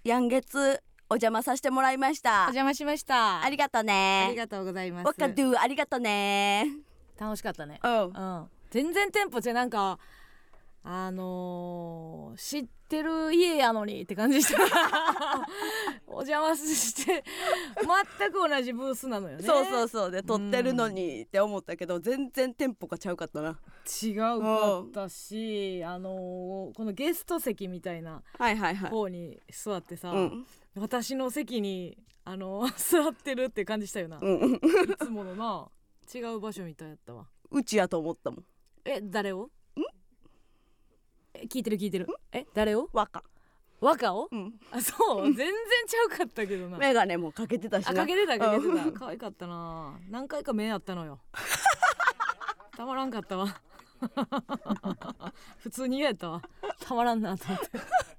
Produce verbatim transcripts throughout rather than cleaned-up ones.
ヤンゲツお邪魔させてもらいました。 お邪魔しました。 ありがとね。 ありがとうございます。 わかどありがとね。 楽しかったね。 うん、 うん、全然テンポ違う。なんかあのー、知ってる家やのにって感じでしたお邪魔して全く同じブースなのよね。 そうそうそうで撮ってるのにって思ったけど、全然テンポがちゃうかったな。 違うかったし、あのー、このゲスト席みたいな方に座ってさ、はいはいはい、うん、私の席に、あのー、座ってるって感じしたよな、うん、いつものな違う場所みたいやったわ。 うちやと思ったもん。 え、誰を？聞いてる聞いてる。え、誰を？ 若若を、 うん、 あ、そう全然ちゃうかったけどな。 メガネもかけてたしな。 あ、かけてたかけてた可愛かったな。何回か目あったのよたまらんかったわ普通に嫌やったわ。たまらんなと思って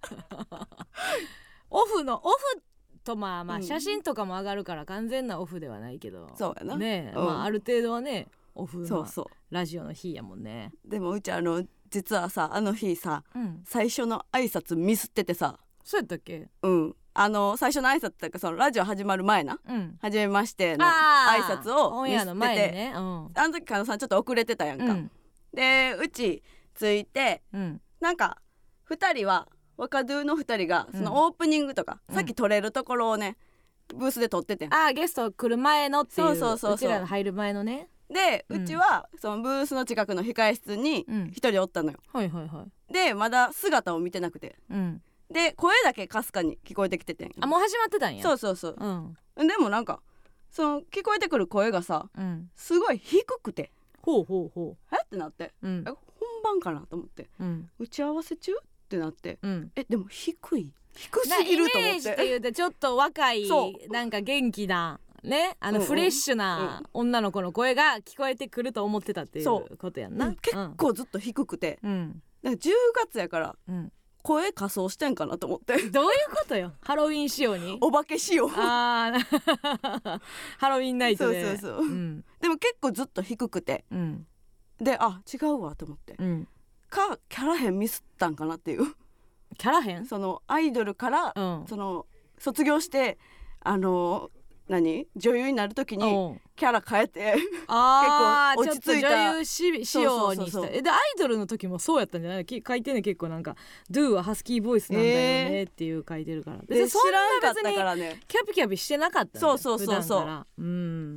オフのオフとまあまあ写真とかも上がるから完全なオフではないけど、うん、 そうやなねえ、うん、まあある程度はねオフのラジオの日やもんね。 でもうちあの実はさ、あの日さ、うん、最初の挨拶ミスっててさ。 そうやったっけ？ うん、あの最初の挨拶ってかそのラジオ始まる前な、うん、初めましての挨拶をミスってて、ね、うん、あの時加納さんちょっと遅れてたやんか、うん、でうち着いて、うん、なんかふたりは若ドゥのふたりがそのオープニングとか、うん、さっき撮れるところをねブースで撮っててん。 あー、ゲスト来る前のっていう。そうそうそうそう、うちらの入る前のね。 で、うん、うちはそのブースの近くの控え室に一人おったのよ、 うん、はいはいはい。 でまだ姿を見てなくて、うん、で声だけかすかに聞こえてきててん。 あ、もう始まってたんや。 そうそうそう、うん、でもなんかその聞こえてくる声がさ、うん、すごい低くて、 ほうほうほう、 えってなって、うん、え本番かなと思って、うん、打ち合わせ中ってなって、うん、えでも低い低すぎると思って。イメージって言うてちょっと若いなんか元気なね、あのフレッシュな女の子の声が聞こえてくると思ってたっていうことやんな、 うん、結構ずっと低くて、うん、なんかじゅうがつやから、うん、声仮装してんかなと思って。 どういうことよハロウィン仕様にお化け仕様。 あハロウィンナイトで。 そうそうそう、うん、でも結構ずっと低くて、うん、であ違うわと思って、うん、かキャラ変ミスったんかなっていう。 キャラ変？ そのアイドルから、うん、その卒業してあの何女優になるときにキャラ変えてあ結構落ち着いたちょっと女優仕仕様にした。そうそうそうそう。えでアイドルの時もそうやったんじゃない？書いてね結構なんかドゥはハスキーボイスなんだよねっていう書いてるから、 えー、知らんかったからね。 キャピキャピしてなかったんだよ。 そうそうそうそう、うん、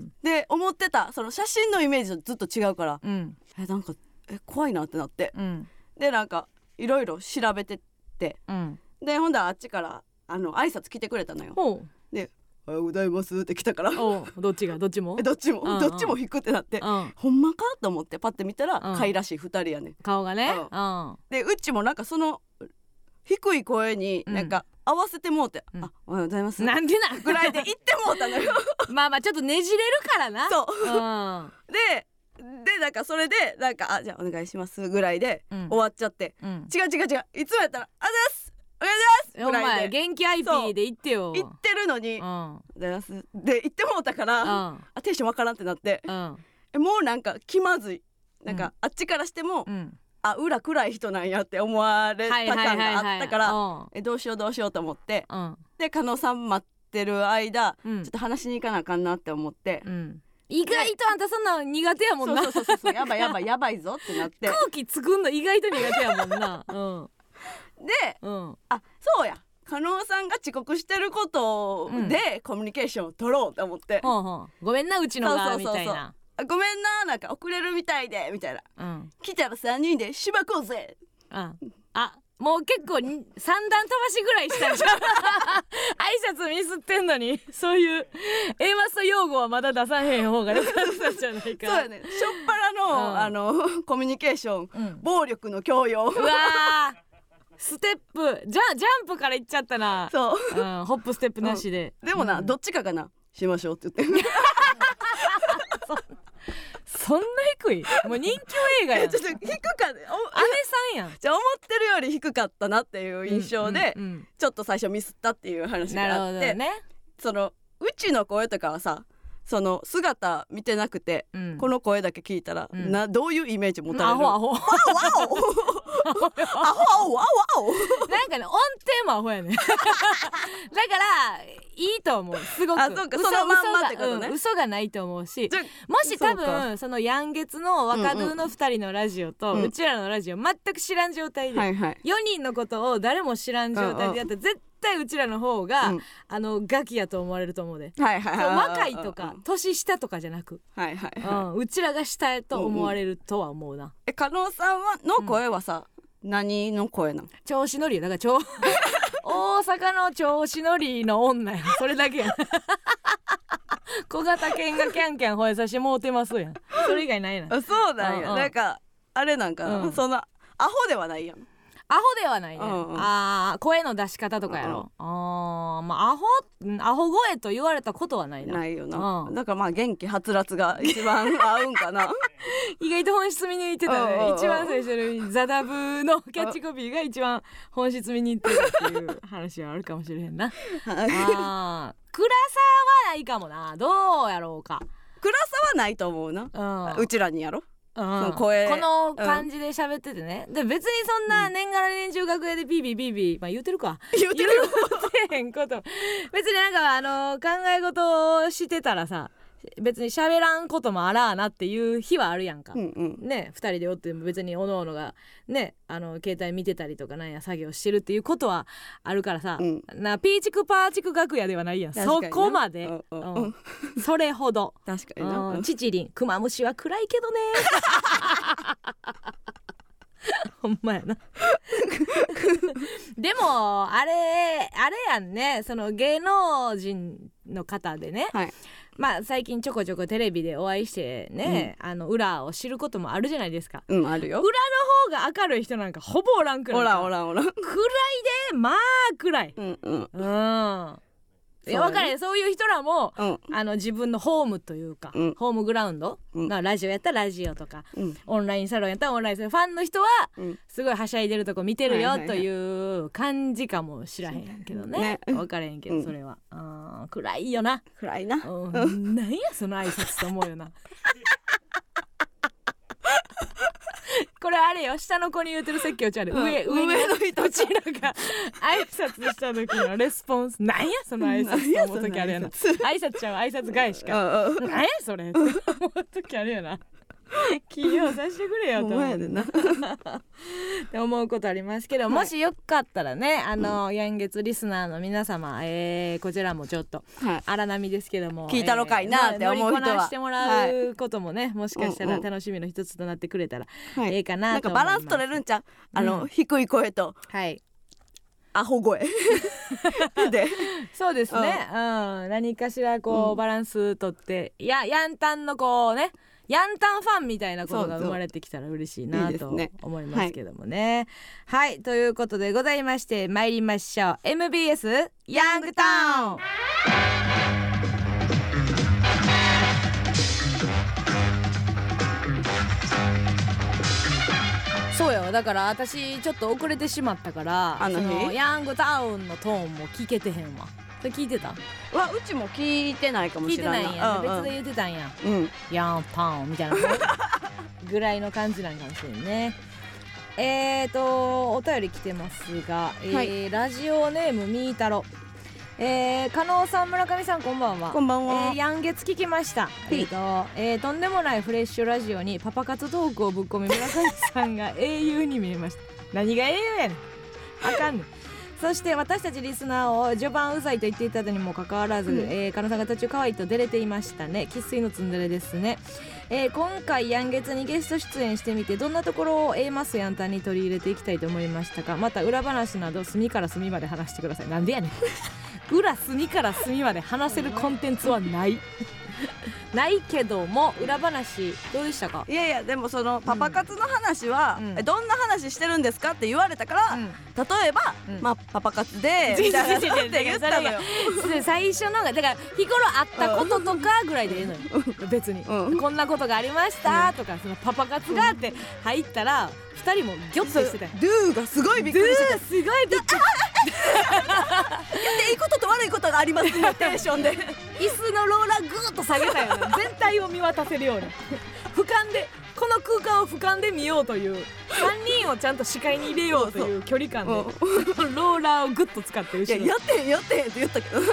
で思ってたその写真のイメージとずっと違うから、うん、えなんかえ怖いなってなって、うん、でなんかいろいろ調べてって、うん、でほんだらあっちからあの挨拶来てくれたのよ。でおはようございますって来たからおどっちがどっちもどっちも、うんうん、どっちも引くってなって、うん、ほんまかと思ってパッて見たら、うん、可愛らしいふたりやねん顔がね、 うんうん、でうちもなんかその低い声になんか合わせてもうて、うん、あおはようございますなんでなぐらいで言ってもうたのよまあまあちょっとねじれるからな。 そう、うん、ででなんかそれでなんかあじゃあお願いしますぐらいで終わっちゃって、うん、違う違う違ういつもやったらあざっすお願いしますぐらいでお前元気 アイピー で言ってよ言ってるのに、うん、で言ってもうたから、うん、あテンションわからんってなって、うん、えもうなんか気まずいなんか、うん、あっちからしても、うん、あ裏暗い人なんやって思われた感があったからえどうしようどうしようと思って、うん、で加納さん待ってる間、うん、ちょっと話しに行かなあかんなって思って、うん、 意外とあんたそんな苦手やもんな。 そうそうそうそうやばいやばいやばいぞってなって空気作んの意外と苦手やもんな、うんで、うん、あそうや加納さんが遅刻してることで、うん、コミュニケーションを取ろうと思って、 ほうほうごめんなうちのがみたいなごめんななんか遅れるみたいでみたいな、うん、来たらさんにんでしばこうぜ、 うん、あもう結構さんだん飛ばしぐらいしたんじゃん挨拶ミスってんのにそういう A マスト用語はまだ出さへん方がよかったんじゃないか。 そうやねしょっぱらの、うん、あのコミュニケーション、うん、暴力の強要うわステップじゃあジャンプからいっちゃったな。 そう、 うん、ホップステップなしで、 うん、でもな、うん、どっちかかなしましょうって言ってそ, そんな低いもう人気映画やんちょっと低かった姉さんやん。 じゃあ思ってるより低かったなっていう印象で、うんうんうん、ちょっと最初ミスったっていう話があって、なるほどね、そのうちの声とかはさその姿見てなくて、うん、この声だけ聞いたら、うん、などういうイメージ持たれる。 アホアホワオワオアホアホアホなんかね音程もアホやねだからいいと思うすごく。 あそうかそのまんまってことね、 うん、嘘がないと思うし、もし多分そのヤンゲツの若ドゥのふたりのラジオと、うんうん、うちらのラジオ全く知らん状態で、はいはい、よにんのことを誰も知らん状態でやったら絶対うちらの方が、うん、あのガキやと思われると思うで、はいはいはい、若いとか、うん、年下とかじゃなく、はいはいはい、うん、うちらが下へと思われるとは思うな、うんうん、 え加納さんはの声はさ、うん、何の声なの？ 調子乗りよ。だから調大阪の調子乗りの女やそれだけや小型犬がキャンキャン吠えさしてもうてますやん。それ以外ないな。 あそうなんや、うんうん、なんかあれなんかな、うん、そんなアホではないやん。 アホではないね、うんうん、あ声の出し方とかやろ、うんうん、あまあアホアホ声と言われたことはないな。 ないよな、うん、だからまあ元気はつらつが一番合うんかな意外と本質見抜いてたね、うんうん、一番最初のザダブのキャッチコピーが一番本質見に行ってたっていう話はあるかもしれへんなあ暗さはないかもな。どうやろうか。 暗さはないと思うな、うん、うちらにやろうん、その声この感じで喋っててね、うん、で別にそんな年がら年中楽屋でビービービービー、まあ、言うてるか言うてるよ言うてへんこと別になんかあの考え事をしてたらさ別に喋らんこともあらーなっていう日はあるやんか、うんうん、ねふたりでおっても別におのおのがねあの携帯見てたりとかなんや作業してるっていうことはあるからさ、うん、なピーチクパーチク楽屋ではないやんそこまで、うんうんうん、それほど確かにな、 うん、チチリンクマムシは暗いけどねほんまやなでもあれあれやんねその芸能人の方でね、はいまあ最近ちょこちょこテレビでお会いしてね、うん、あの裏を知ることもあるじゃないですか。 うんあるよ。 裏の方が明るい人なんかほぼおらんくらい。 おらんおらんおらん。暗いでまあ暗い。うんうん。うんいや分かるよそういう人らも、うん、あの自分のホームというか、うん、ホームグラウンド、うん、ラジオやったらラジオとか、うん、オンラインサロンやったらオンラインサロンファンの人は、うん、すごいはしゃいでるとこ見てるよという感じかもしらへんけどね、ね分かれへんけどそれは、うん、あ暗いよな暗いな、 うん、なんやその挨拶と思うよなこれあれよ下の子に言うてる説教ちゃうで、うん、上, 上, 上の人うちらが挨拶した時のレスポンスなんやその挨拶と思う時あるやな挨拶ちゃう挨拶返しかなんやそれって思う時あるよな起業させてくれよと思うなって思うことありますけど、はい、もしよかったらねあの、うん、ヤンゲツリスナーの皆様、えー、こちらもちょっと荒波ですけども、 はい、聞いたのかいなって思う人は、 乗りこなしてもらうこともね、はい、もしかしたら楽しみの一つとなってくれたらええかなと思います、はい、なんかバランス取れるんちゃうあの、うん、低い声とはいアホ声でそうですね、うんうん、何かしらこう、うん、バランスとってやヤンタンのこうねヤンタンファンみたいなことが生まれてきたら嬉しいなと思いますけどもね。はい、はい、ということでございまして参りましょう エムビーエス ヤングタウン。そうよだから私ちょっと遅れてしまったからあのそのヤングタウンのトーンも聞けてへんわ。それ聞いてた？ わうちも聞いてないかもしれない。 聞いてないんや、うんうん、別で言ってたんや、うん、ヤンタウンみたいなぐらいの感じなんかもしれんね。えーとお便り来てますが、えーはい、ラジオネームみーたろえー、加納さん村上さんこんばんは。 こんばんは、 えー、ヤンゲツ聞きました、えーとえー、とんでもないフレッシュラジオにパパ活トークをぶっ込み村上さんが英雄に見えました何が英雄やねんあかんねんそして私たちリスナーを序盤うざいと言っていたのにもかかわらず、うんえー、加納さんが途中可愛いと出れていましたね。生粋のツンデレですね、えー、今回ヤンゲツにゲスト出演してみてどんなところを A マスヤンタンに取り入れていきたいと思いましたか。また裏話など隅から隅まで話してください。なんでやねん裏隅から隅まで話せるコンテンツはないないけども裏話どうでしたか。 いやいやでもそのパパ活の話は、うん、どんな話してるんですかって言われたから、うん、例えば、うん、まあパパ活でみたいなって言ったのよ最初のがだから日頃あったこととかぐらいでいいのよ、うん、別に、うん、こんなことがありましたとか、うん、そのパパ活があって入ったらふたりもギョッとしてたよ。 ドゥーがすごいびっくりしてた。 すごいびっくりいいことと悪いことがありますねテンションで椅子のローラーグーッと下げたよね全体を見渡せるように俯瞰でこの空間を俯瞰で見ようというさんにんをちゃんと視界に入れようという距離感でローラーをグッと使って後ろいややってへんやってへんって言ったけど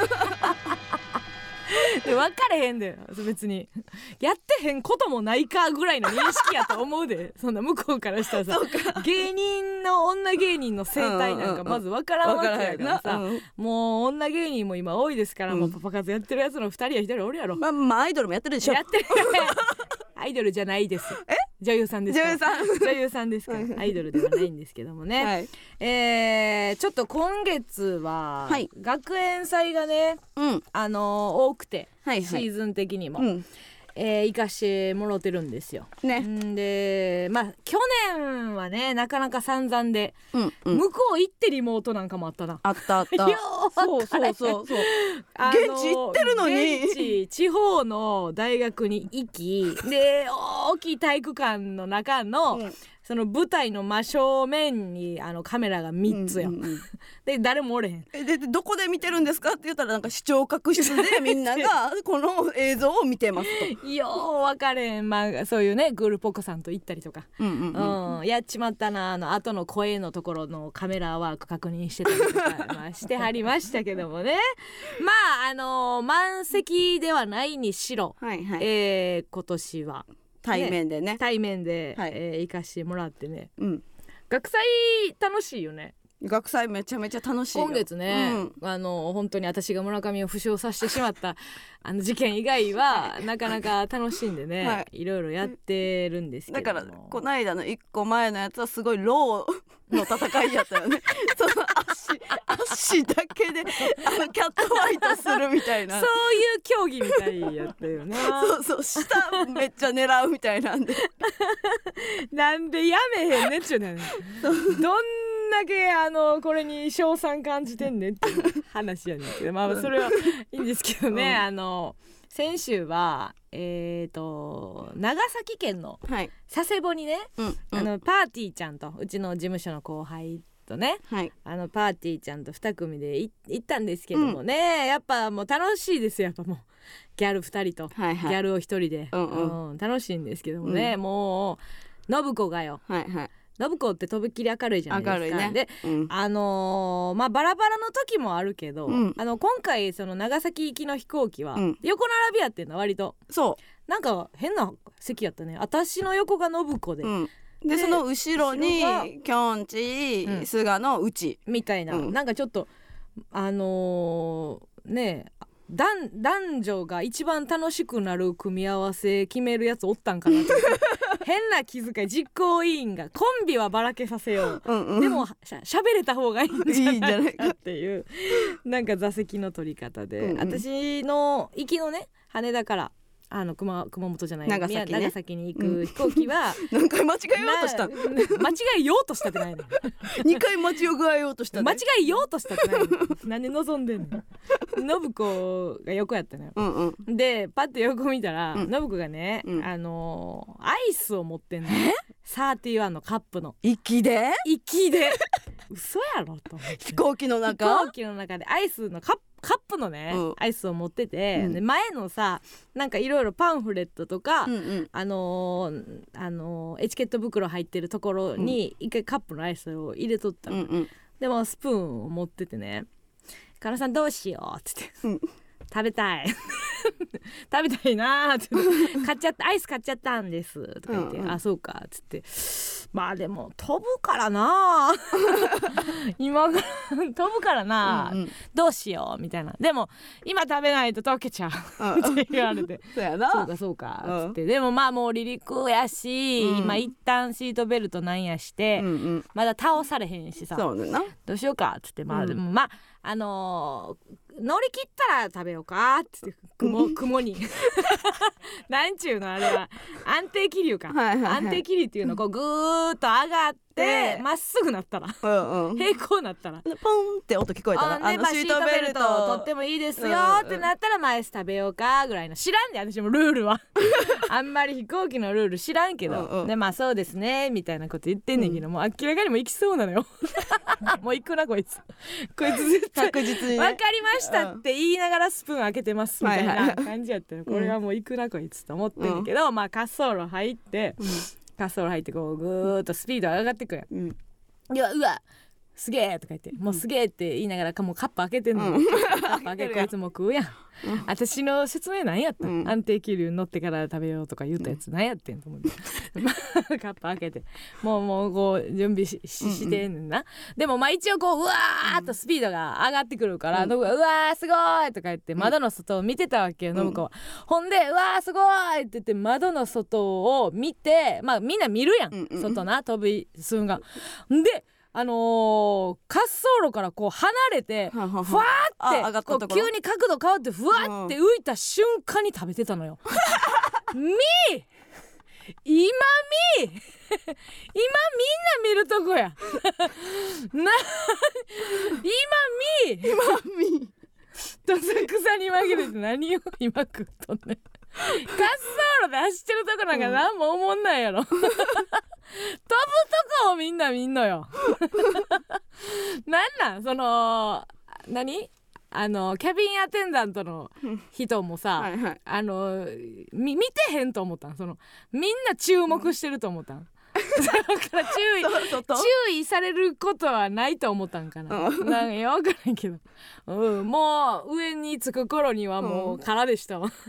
で分かれへんで別にやってへんこともないかぐらいの認識やと思うでそんな向こうからしたらさ芸人の女芸人の生態なんかまず分からんわけやからさ、うんうん、もう女芸人も今多いですから、うん、もうパパ活やってるやつのふたりやひとりおるやろ。 まあ、まあアイドルもやってるでしょ。 やってるアイドルじゃないです。 え女優さんですから。 女優さん女優さんですからアイドルではないんですけどもね、はい、えー、ちょっと今月は学園祭がね、はい、あのー、多くて、はいはい、シーズン的にも、うん、えー、行かしてもろてるんですよ、ね、んでまあ去年はねなかなか散々で、うんうん、向こう行ってリモートなんかもあったな。 あったあったよそうそうそうそう現地行ってるのに現地地方の大学に行きで大きい体育館の中の、うん、その舞台の真正面にあのカメラがみっつよ、うんうんうん、で誰もおれへん。 えでどこで見てるんですかって言ったらなんか視聴覚室でみんながこの映像を見てますとよう分かれへん、まあ、そういうねグールポコさんと行ったりとか、うんうんうんうん、やっちまったなあの後の声のところのカメラワーク確認してたりとか、まあ、してはりましたけどもねまああのー、満席ではないにしろ、はいはい、えー、今年は対面でね対面で、はい、えー、行かしてもらってね、うん、学祭楽しいよね。 学祭めちゃめちゃ楽しいよ。 今月ね、うん、あの本当に私が村上を負傷させてしまったあの事件以外はなかなか楽しんでね、はい、いろいろやってるんですけども、 だからこないだのいっこまえのやつはすごいローの戦いやったよねその足足だけであのキャットファイトするみたいなそういう競技みたいやったよねそうそう下めっちゃ狙うみたいなんでなんでやめへんねっちゅうねんどんだけあのこれに賞賛感じてんねんっていう話やねんけどまあそれはいいんですけどね、うん、あの先週はえーと長崎県の佐世保にね、はい、あのパーティーちゃんとうちの事務所の後輩とね、はい、あのパーティーちゃんとに組で行ったんですけどもね、うん、やっぱもう楽しいですよ。やっぱもうギャルふたりと、はいはい、ギャルをひとりで、うんうんうん、楽しいんですけどもね、うん、もう信子がよ、はいはい、信子ってとびっきり明るいじゃないですか。明るいね。で、うん、あのー、まあバラバラの時もあるけど、うん、あの今回その長崎行きの飛行機は横並びやってんの割と。そうなんか変な席やったね。私の横が信子で、うん、 でその後ろにきょんち、うん、菅のうちみたいな、うん、なんかちょっとあのー、ねえ男女が一番楽しくなる組み合わせ決めるやつおったんかなって変な気遣い実行委員がコンビはばらけさせよう、うんうん、でもしゃ喋れた方がいいんじゃないかっていうなんか座席の取り方で、うんうん、私の行きのね羽田からあの 熊, 熊本じゃない長崎、ね、 長崎に行く飛行機は、 うん、何回間違えようとした間違えようとしたってないのにかい間違えようとした、ね、 間違えようとしたってないのなんで望んでんの信子が横やったのよ、うんうん、でパッと横見たら、うん、信子がね、うん、あのー、アイスを持ってんのサーティワンのカップの息で息で嘘やろと思って飛行機の中飛行機の中でアイスのカップカップのね、うん、アイスを持ってて、うん、で前のさなんかいろいろパンフレットとか、うんうん、あのーあのー、エチケット袋入ってるところに一回カップのアイスを入れとったの、うんうん、でもスプーンを持っててねカナさんどうしようって言って、うん、食べたい食べたいなって買っちゃったアイス買っちゃったんですとか言って、うんうん、あそうかっつってまあでも飛ぶからな今から飛ぶからな、うんうん、どうしようみたいなでも今食べないと溶けちゃうって言われてそうやなそうかそうかっつって、うん、でもまあもう離陸やし、うん、今一旦シートベルトなんやして、うんうん、まだ倒されへんしさそうだなどうしようかっつってまあ、うん、でもまああのー、乗り切ったら食べようかっつって雲, 雲になんちゅうのあれは安定気流か、はいはいはい、安定気流っていうのをこうぐーっと上がってまっすぐなったら、うんうん、平行なったらポンって音聞こえたら、 あのシートベルト取ってもいいですよってなったらマイス食べようかぐらいの、知らんで私もルールはあんまり飛行機のルール知らんけど、うんうん、でまあそうですねみたいなこと言ってんねんけど、うん、もう明らかにも行きそうなのよもう行くなこいつこいつ絶対確実に、ね、 分かりましたって言いながらスプーン開けてますみたいな感じやったら、これはもう行くなこいつと思ってんだけど、うん、まあ滑走路入って、うん、滑走路入ってこうぐーっとスピード上がってくる、うん、いやうわすげえとか言って、もうすげえって言いながらもうカップ開けてんの、うん、カップ開けてこいつも食うやん、うん、私の説明なんやった、うん、安定気流乗ってから食べようとか言ったやつなんやってんと思って、うん、カップ開けてもうもうこう準備 し, し, してんねんな、うんうん、でもまあ一応こううわーっとスピードが上がってくるから、うん、うわーすごいとか言って窓の外を見てたわけよ、信子は、うん、ほんでうわーすごいって言って窓の外を見て、まあみんな見るやん、うんうん、外な飛び数がであのー、滑走路からこう離れてふわーってこう急に角度変わってふわって浮いた瞬間に食べてたのよみー今みー今みんな見るとこやな今みー今みーどさくさに紛れて何を今食っとんねん滑走路で走ってるとこなんか何も思んないやろ、うん飛ぶとこをみんな見んのよなんなんその何あのキャビンアテンダントの人もさ、はいはい、あのみ見てへんと思ったん、そのみんな注目してると思ったん、うん、だから注意注意されることはないと思ったんかな、うん、なんかよくないけど、うん、もう上に着く頃にはもう空でしたわ、うん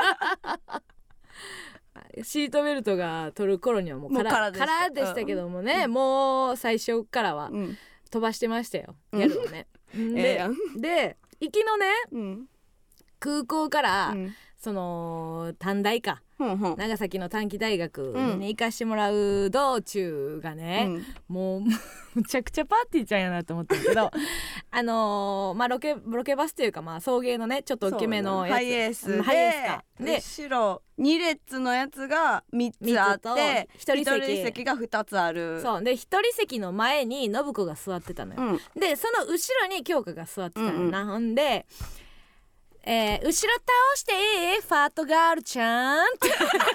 シートベルトが取る頃にはもう空でしたけどもね、うん、もう最初からは飛ばしてましたよ、うん、やるのねで, で行きのね、うん、空港から、うん、その短大か、うんうん、長崎の短期大学に、ねうん、行かしてもらう道中がね、うん、もうむちゃくちゃパーティーちゃんやなと思ったけどあのー、まあロケロケバスというかまあ送迎のねちょっと大きめのやつ、 ハイエースで、ハイエースかで後ろに列のやつがみっつあってひとり席がふたつある。 そうでひとり席の前に信子が座ってたのよ、うん、でその後ろに京香が座ってたのな、うんうん、ほんでえー、後ろ倒していいファートガールちゃんって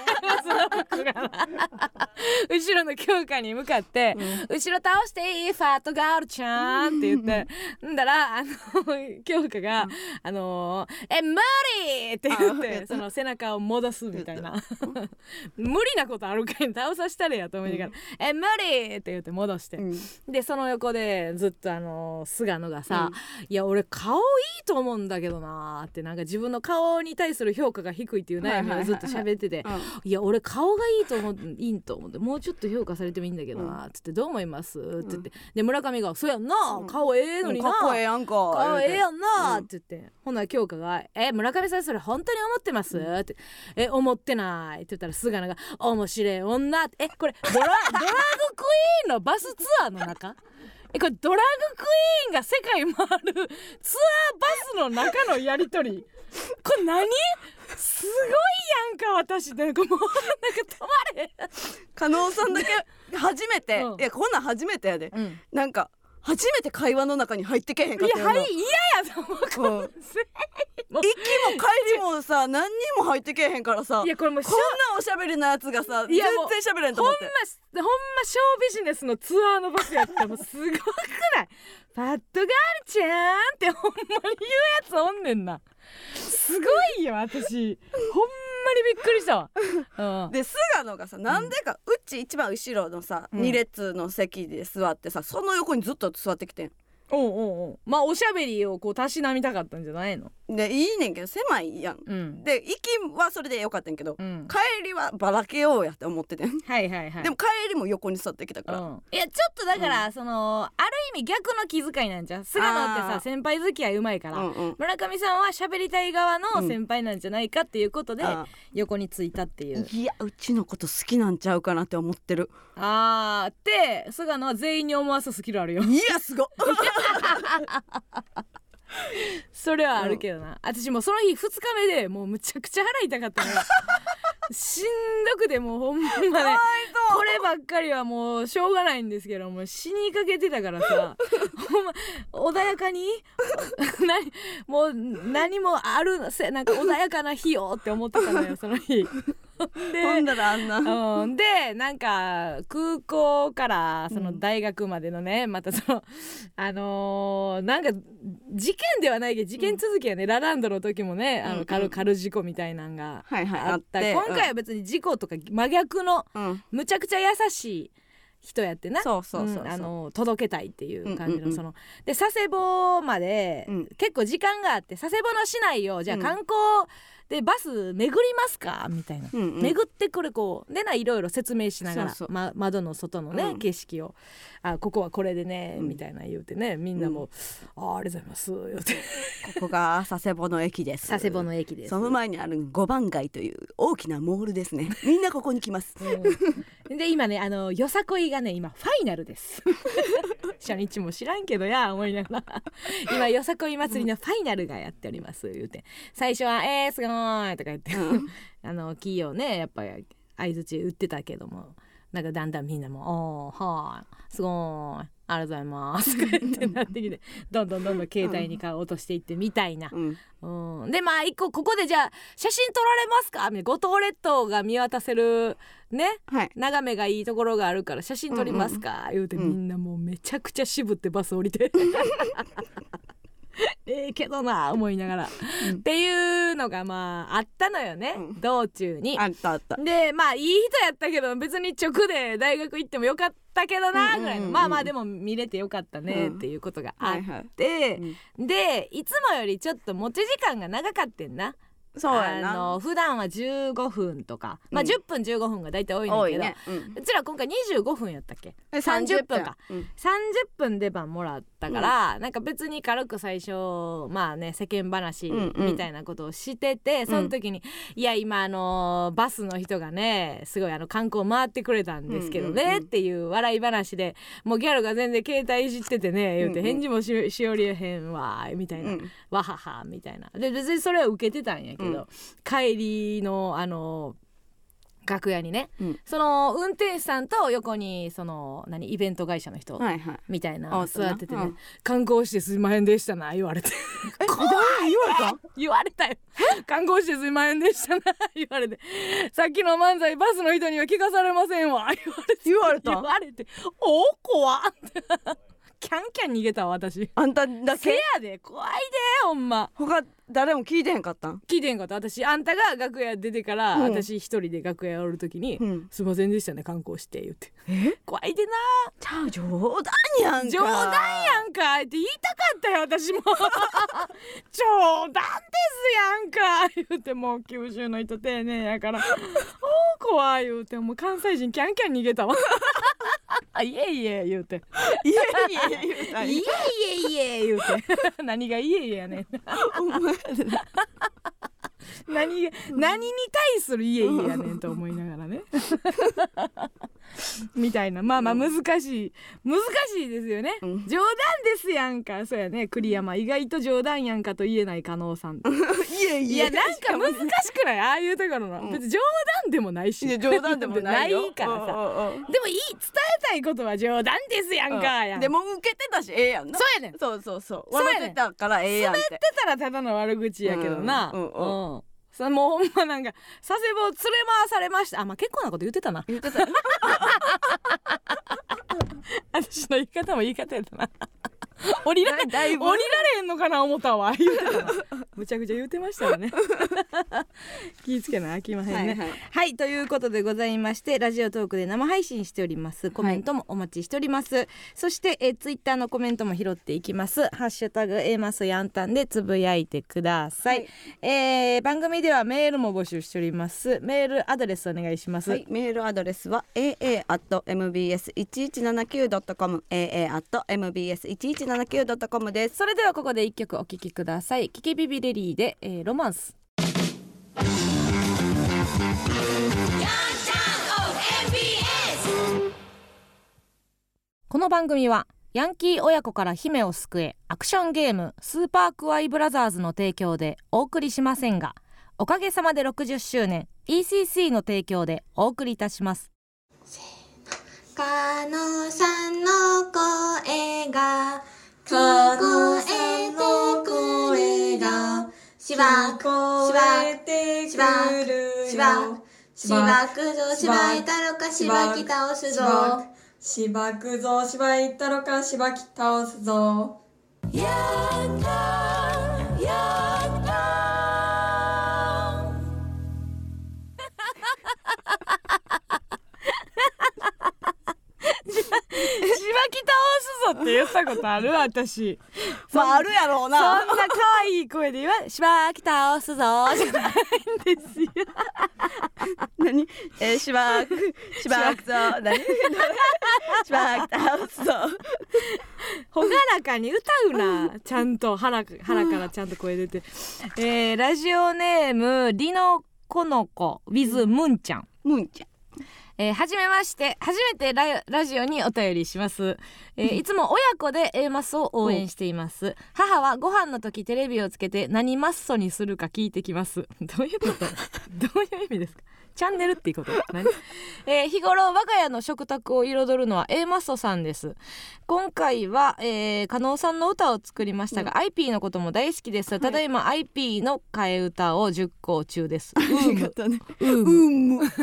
後ろの京香に向かって、うん、後ろ倒していいファートガールちゃんって言ってんだらあの京香が、うん、あのー、え無理って言ってその背中を戻すみたいな無理なことあるかい倒さしたれやと思いながら、うん、え無理って言って戻して、うん、でその横でずっとあのー、菅野がさ、うん、いや俺顔いいと思うんだけどなってなんか自分の顔に対する評価が低いっていう悩みをずっと喋ってて、いや俺顔がいいと思っていいと思ってもうちょっと評価されてもいいんだけどな、うん、つってどう思いますって言って、うん、で村上がそうやんな、うん、顔ええのにな、 うん、かっこええやんか顔ええやんなって言って、うん、ほんなら京香がえ村上さんそれ本当に思ってます、うん、ってえ思ってないって言ったら菅野が面白い女ってえこれドラドラッグクイーンのバスツアーの中えこれドラッグクイーンが世界回るツアーバスの中のやりとりこれ何すごいやんか私なんかもうなんか止まれ加納さんだけ初めて、うん、いやこんなん初めてやで、うん、なんか初めて会話の中に入ってけへんかったよな。いや、はい、嫌やと思う、うん、行きも帰りもさ何人も入ってけへんからさ、いやこれもうこんなおしゃべりなやつがさ全然しゃべれんと思って、ほんまほんまショービジネスのツアーのバスやったらもうすごくないファットガールちゃんってほんまに言うやつおんねんな。すごいよ私ほんまにびっくりしたわ、 うん、で菅野がさなんでか、うん、うち一番後ろのさ、うん、に列の席で座ってさその横にずっと座ってきてん。 おうおうおうまあおしゃべりをこうたしなみたかったんじゃないのでいいねんけど狭いやん、うん、で行きはそれでよかったんけど、うん、帰りはばらけようやって思っててんはいはいはいでも帰りも横に座ってきたから、うん、 いやちょっとだから、うん、そのある意味逆の気遣いなんじゃん。菅野ってさ先輩付き合いうまいから、うんうん、村上さんは喋りたい側の先輩なんじゃないかっていうことで、うん、横についたっていう。 いやうちのこと好きなんちゃうかなって思ってる。 あーって菅野は全員に思わすスキルあるよ。 いやすごっそれはあるけどな、うん、私もその日ふつかめでもうむちゃくちゃ腹痛かったのよしんどくてもうほんまねこればっかりはもうしょうがないんですけども死にかけてたからさほんま穏やかに何もう何もあるなんか穏やかな日よって思ってたのよその日でほんだらあんな、 うん、でなんか空港からその大学までのね、うん、またそのあのー、なんか事件ではないけど事件続きやね、うん、ラランドの時もねあの軽、うん、軽事故みたいなんがあった、はいはい、あって今回は別に事故とか真逆の、うん、むちゃくちゃ優しい人やってな、 そうそうそうそう、 うん、あの届けたいっていう感じの、うんうんうん、そので佐世保まで、うん、結構時間があって佐世保の市内をじゃあ観光、うんでバス巡りますかみたいな、うんうん、巡ってくるこうでないろいろ説明しながらそうそう、ま、窓の外のね、うん、景色をあここはこれでね、うん、みたいな言うてねみんなも、うん、あ, ありがとうございます言うてここが佐世保の駅です佐世保の駅ですその前にあるごばん街という大きなモールですねみんなここに来ます、 うん、で今ねあのよさこいがね今ファイナルです初日も知らんけどや思いながら今よさこい祭りのファイナルがやっております言うて最初はえーすごいとか言って、うん、あの企業ねやっぱり相づち打ってたけどもなんかだんだんみんなもおーはーすごいありがとうございますとか言ってなってきてどんどんどんどん携帯に顔落としていってみたいな、うんうん、でまあ一個ここでじゃあ写真撮られますか五島列島が見渡せるね、はい、眺めがいいところがあるから写真撮りますか、うんうん、言うてみんなもうめちゃくちゃ渋ってバス降りてええけどな思いながら、うん、っていうのがまああったのよね、うん、道中にあったあったでまあいい人やったけど別に直で大学行ってもよかったけどなぐらいの、うんうんうん、まあまあでも見れてよかったねっていうことがあって、うんはいはいうん、でいつもよりちょっと持ち時間が長かってんなそうやなあの普段はじゅうごふんとか、まあ、じゅっぷんじゅうごふんがだいたい多いんだけど、ねうん、うちら今回にじゅうごふんやったっけさんじゅっぷんか、うん、さんじゅっぷん出番もらったから、うん、なんか別に軽く最初まあね世間話みたいなことをしてて、うんうん、その時にいや今あのバスの人がねすごいあの観光回ってくれたんですけどね、うんうんうん、っていう笑い話でもうギャルが全然携帯いじっててね言うて返事も し, しおりへんわみたいな、うん、わははみたいなで別にそれは受けてたんやけど、うん、帰りのあの楽屋にね、うん、その運転手さんと横にその何イベント会社の人、はいはい、みたいな座っててね、うん、観光してすいませんでしたな言われてえ言われた言われたよ観光してすいませんでしたな言われてさっきの漫才バスの人には聞かされませんわ言われて言われた言われてお怖っキャンキャン逃げたわ私あんただけせやで怖いでほんま他誰も聞いてへんかったん聞いてへんかった私あんたが楽屋出てから、うん、私一人で楽屋おるときに、うん、すいませんでしたね観光して言ってえ怖いでなちゃう冗談やんか冗談やんかって言いたかったよ私も冗談ですやんか言ってもう九州の人丁寧やからお怖い言うてもう関西人キャンキャン逃げたわいえいえ言うていえいえ言うていえいえいえ言うて何がいえいえやねん何が何に対するいえいえやねんと思いながらねみたいなまあまあ難しい難しいですよね、うん、冗談ですやんかそうやね栗山意外と冗談やんかと言えない加納さんいやいやなんか難しくないああいうところの、うん、別に冗談でもないしいや冗談でもないよないからさでもいい伝えたいことは冗談ですやんかやんでも受けてたしええやんなそうやねんそうそうそう笑ってたからええやんって滑ってたらただの悪口やけどなうんうん、うんそもうほんまなんか佐世保連れ回されましたあまあ結構なこと言ってたな言ってた私の言い方も言い方やったな降りられ降りられへんのかな思ったわ言ってたなむちゃくちゃ言ってましたよね気ぃつけなあきまへんね、はいはい、はい、ということでございましてラジオトークで生配信しておりますコメントもお待ちしております、はい、そしてえツイッターのコメントも拾っていきますハッシュタグ A マスヤンタンでつぶやいてください、はい、えー、番組ではメールも募集しておりますメールアドレスお願いします、はい、 メールアドレスは エーエー アット エムビーエスいちいちななきゅう ドットコム エーエー アット エムビーエスいちいちななきゅう ドットコム です。 それではここでいっきょくお聴きください。キキビビレリーで、えー、ロマンス。この番組はヤンキー親子から姫を救えアクションゲームスーパークワイブラザーズの提供でお送りしませんが、 おかげさまでろくじゅっしゅうねん イーシーシー の提供でお送りいたします。 かのさんの声が聞こえてくるよ、しばくしばくしばくしばくしばくぞしばいたろかしばき倒すぞ、 しばくぞしばいたろかしばき倒すぞ、やったやったしばき倒すぞって言ったことある私。 まああるやろうな。 そんな可愛い声で言わしばき倒すぞじゃないんですよ。 何、えー、しばくしばくぞ何しばき倒すぞ。 ほがらかに歌うな。ちゃんと腹腹からちゃんと声出て、えー、ラジオネームりのこのこ with むんちゃんむんちゃんえー、はじめまして。初めて ラ, ラジオにお便りします、えー、いつも親子で A マッソを応援しています。母はご飯の時テレビをつけて何マッソにするか聞いてきます。どういうことどういう意味ですか。チャンネルっていうこと何、えー、日頃我が家の食卓を彩るのは A マッソさんです。今回は、えー、加納さんの歌を作りましたが、うん、アイピー のことも大好きです。ただいま アイピー の替え歌をじゅっこ中です。 ありがとうね。 うんむ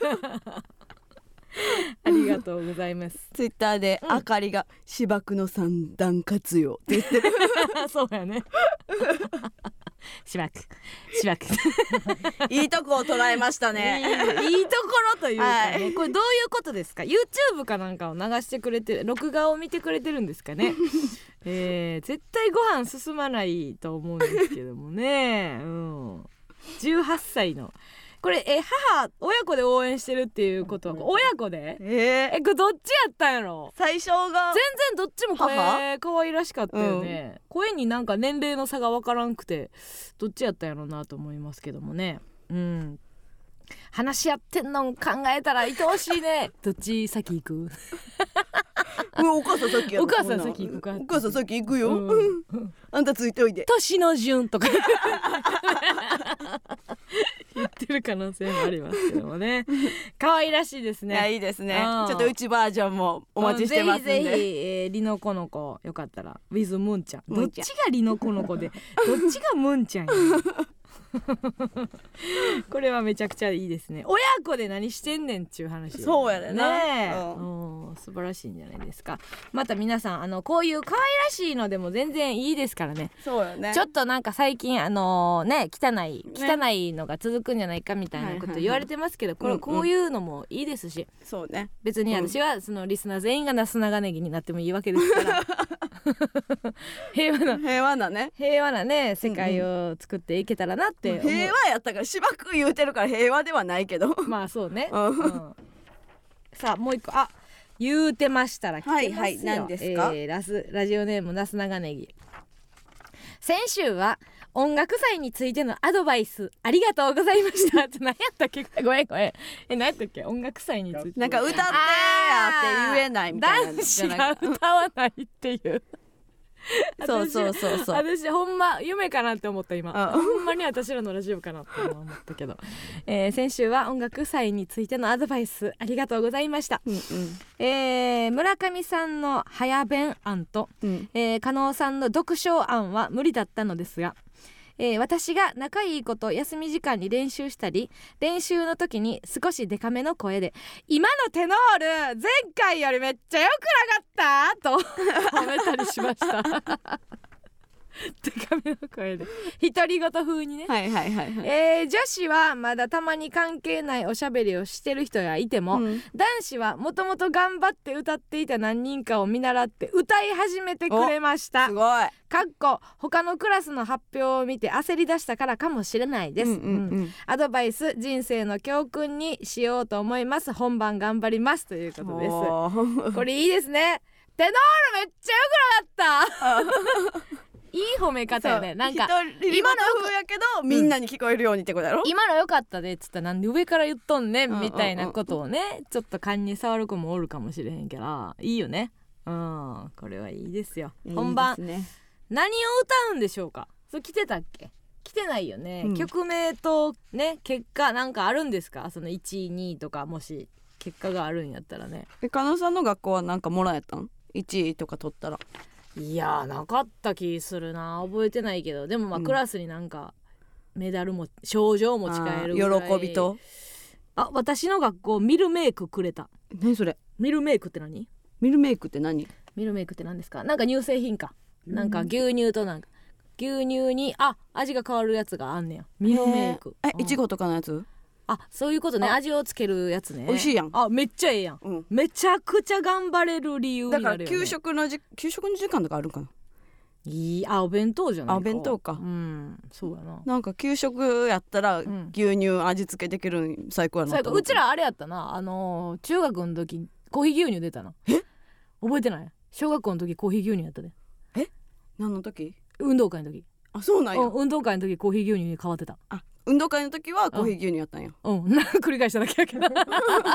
ありがとうございます。 ツイッターで、うん、あかりがしばくの三段活用って言ってるそうやねしばくしばくいいとこを捉えましたね。 いい, いいところというかね、 はい、 これどういうことですか。 YouTube かなんかを流してくれて録画を見てくれてるんですかねえー、絶対ご飯進まないと思うんですけどもね、うん、じゅうはっさいのこれえ母親子で応援してるっていうことは親子で、えー、えこれどっちやったんやろ。 最初が全然どっちも声可愛らしかったよね、うん、声になんか年齢の差が分からんくてどっちやったんやろうなと思いますけどもね。うん話し合ってんの考えたら愛おしいねどっち先行くお母さん先やお母さん先行くかお母さん先行くよ、うん、あんたついておいで年の順とか言ってる可能性もありますけどもね可愛らしいですね。 いやいいですね。ちょっとうちバージョンもお待ちしてますんで、 ぜひぜひ、えー、リノコノコよかったら with ムンちゃんどっちがリノコノコでどっちがムンちゃんやこれはめちゃくちゃいいですね。親子で何してんねんっていう話、ね、 そうやでね、 うん、素晴らしいんじゃないですか。また皆さんあのこういう可愛らしいのでも全然いいですからね。 そうよね。 ちょっとなんか最近あのー、ね汚い汚いのが続くんじゃないかみたいなこと言われてますけど、ね、これこういうのもいいですし、 そうね、 別に私はそのリスナー全員がなす長ネギになってもいいわけですから平和な平和なね平和なね世界を作っていけたらなって思う、 うんうん、平和やったからしばく言うてるから平和ではないけどまあそうね、うん、さあもう一個あ言うてましたら来てますよ。はいはい何ですか、えー、ラスラジオネームなす長ネギ。先週は音楽祭についてのアドバイスありがとうございましたって何やったっけごめんごめんえ何やったっけ音楽祭についてなんか歌ってやって言えないみたいな男子が歌わないっていうそうそうそうそう私ほんま夢かなって思った今、うん、ほんまに私らのラジオかなって思ったけど、えー、先週は音楽祭についてのアドバイスありがとうございました、うんうんえー、村上さんの早弁案と、うんえー、加納さんの読書案は無理だったのですが、えー、私が仲いい子と休み時間に練習したり練習の時に少しデカめの声で今のテノール前回よりめっちゃ良くなかったと褒めたりしましたデカめの声で独り言風にね、 はいはいはい、はいえー、女子はまだたまに関係ないおしゃべりをしてる人がいても、うん、男子はもともと頑張って歌っていた何人かを見習って歌い始めてくれました。 すごいかっこ他のクラスの発表を見て焦り出したからかもしれないです、うんうんうんうん、アドバイス人生の教訓にしようと思います。本番頑張りますということです。これいいですね。テノールめっちゃ良くなかったいい褒め方よね。なんか今の風やけどみんなに聞こえるようにってことだろ、 うん、今の良かったでっつったらなんで上から言っとんねんみたいなことをね、うんうんうん、ちょっと勘に触る子もおるかもしれへんけどいいよね。うんこれはいいですよ。 いいですね。 本番何を歌うんでしょうか。それ来てたっけ。 来てないよね、うん、曲名とね結果なんかあるんですか？そのいちいにいとかもし結果があるんやったらね。 え、加納さんの学校はなんかもらえたん？いちいとか取ったら。 いやーなかった気するな、覚えてないけど、でもまあクラスになんかメダルも賞状持ち帰るぐらい、 喜びと。 あ、私の学校ミルメイクくれた。 何それ？ ミルメイクって何？ ミルメイクって何？ ミルメイクって何ですか？なんか乳製品か、なんか牛乳となんか牛乳にあ味が変わるやつがあんねや。ミルメイク。 え、いちごとかのやつ？ あ、そういうことね。味をつけるやつね。 美味しいやん。 あ、めっちゃええやん、うん、めちゃくちゃ頑張れる理由になるよね。 だから給食のじ給食の時間とかあるかな。 いい、あ、お弁当じゃないか。 あ、お弁当か。 うん、そうやな。 なんか給食やったら牛乳味付けできるん最高やなと思って。 うちらあれやったな、あのー、中学の時コーヒー牛乳出たな。 え、 覚えてない？小学校の時コーヒー牛乳やったで。 え、何の時？ 運動会の時。 あ、そうなんや。 うん、運動会の時コーヒー牛乳に変わってた。 あ、運動会の時はコーヒー牛乳やったんや。 うん、うん、繰り返しただけやけどた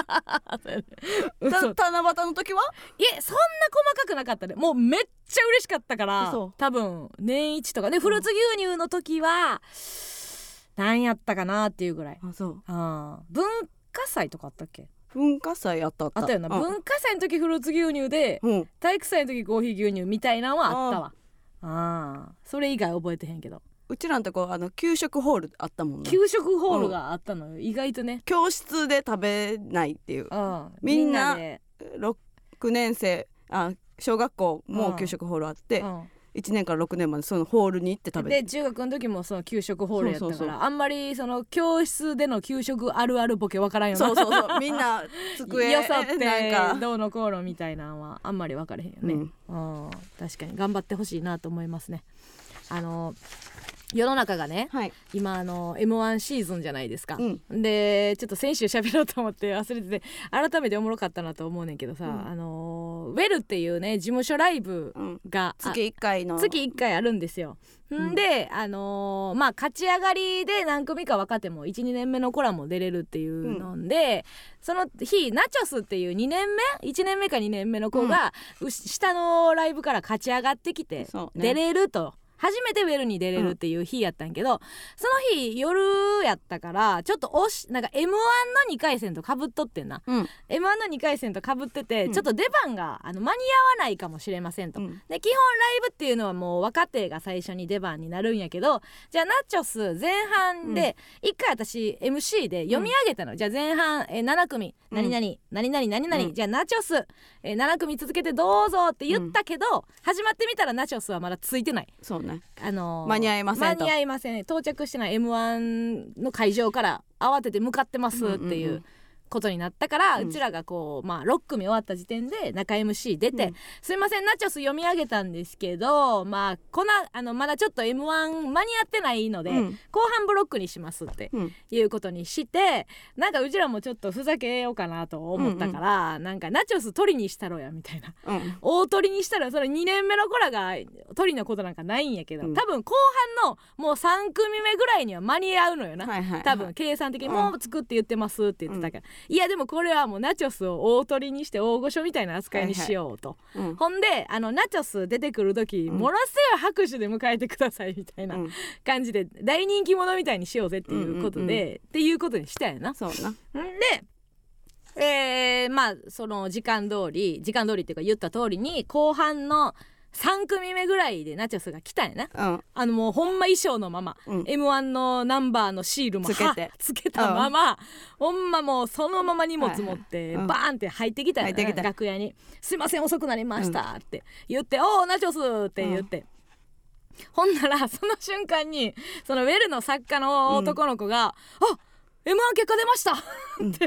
七夕の時は？ いえ、そんな細かくなかったで、もうめっちゃ嬉しかったから。多分年一とかね、フルーツ牛乳の時は何やったかなっていうぐらい。 あ、そう。 あ、文化祭とかあったっけ？ 文化祭あったあったあったよな。文化祭の時フルーツ牛乳で、うん、体育祭の時コーヒー牛乳みたいなのはあったわ。ああ、それ以外覚えてへんけど。 うちらのとこあの給食ホールあったもんね。 給食ホールがあったのよ、うん、意外とね。 教室で食べないっていう、うん、みんなろくねん生、あ、小学校も給食ホールあって、うん、いちねんからろくねんまでそのホールに行って食べて、 で中学の時もその給食ホールやったから、そうそうそう、あんまりその教室での給食あるあるボケわからんよな。 そうそうそうみんな机よそってどうのこうのみたいなのはあんまり分かれへんよね、うん、確かに頑張ってほしいなと思いますね。あの世の中がね、はい、今あの エムワン シーズンじゃないですか、うん、でちょっと先週喋ろうと思って忘れてて、改めておもろかったなと思うねんけどさ、うん、あのウェルっていうね事務所ライブが、 うん、月いっかいの月いっかいあるんですよ。んで、うん、あのー、まあ勝ち上がりで何組か若手も いちにねんめの子らも出れるっていうので、うん、その日ナチョスっていうにねんめいちねんめかにねんめの子が、うん、下のライブから勝ち上がってきて出れると、初めてウェルに出れるっていう日やったんけど、うん、その日夜やったからちょっとおしなんか エムワン のにかい戦とかぶっとってんな、うん、エムワン のにかい戦とかぶってて、うん、ちょっと出番があの間に合わないかもしれませんと、うん、で基本ライブっていうのはもう若手が最初に出番になるんやけど、じゃあナチョス前半で一回私 エムシー で読み上げたの、うん、じゃあ前半えなな組何々、うん、何々何々、うん、じゃあナチョスえなな組続けてどうぞって言ったけど、うん、始まってみたらナチョスはまだついてない。 そうね、 あのー、 間に合いませんと。 間に合いません、到着してない エムワン の会場から慌てて向かってますっていうことになったから、うん、うちらがこう、まあ、ろっ組終わった時点で中 エムシー 出て、うん、すいませんナチョス読み上げたんですけど、まあ、こなあのまだちょっと エムワン 間に合ってないので、うん、後半ブロックにしますっていうことにして、うん、なんかうちらもちょっとふざけようかなと思ったから、うんうん、なんかナチョス取りにしたろやみたいな、うん、大取りにしたらそれにねんめの子らが取りのことなんかないんやけど、うん、多分後半のもうさん組目ぐらいには間に合うのよな、はいはいはい、多分計算的にもう作って言ってますって言ってたから、うん、いやでもこれはもうナチョスを大取りにして大御所みたいな扱いにしようと、はいはい、うん、ほんであのナチョス出てくる時、うん、ものすごい拍手で迎えてくださいみたいな感じで、うん、大人気者みたいにしようぜっていうことで、うんうんうん、っていうことにしたやな。 そうな。んで、えー、まあその時間通り時間通りっていうか言った通りに後半のさん組目ぐらいでナチョスが来たんやな、うん、あのもうほんま衣装のまま、うん、エムワン のナンバーのシールもつけてつけたまま、うん、ほんまもうそのまま荷物持ってバーンって入ってきたんやな、うん、楽屋にすいません遅くなりましたって言って、うん、おーナチョスって言って、うん、ほんならその瞬間にそのウェルの作家の男の子が、うん、あエムワン 結果出ましたって、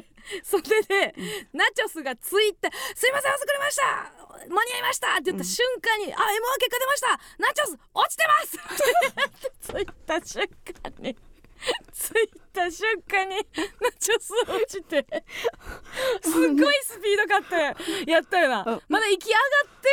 うん、それで、うん、ナチョスがツイッターすいません遅くなりました間に合いましたって言った瞬間に、うん、あ エムワン 結果出ましたナチョス落ちてますってツイッター瞬間にツイッター瞬間にナチョス落ちてすっごいスピード感ってやったよな、うん、まだ息上がって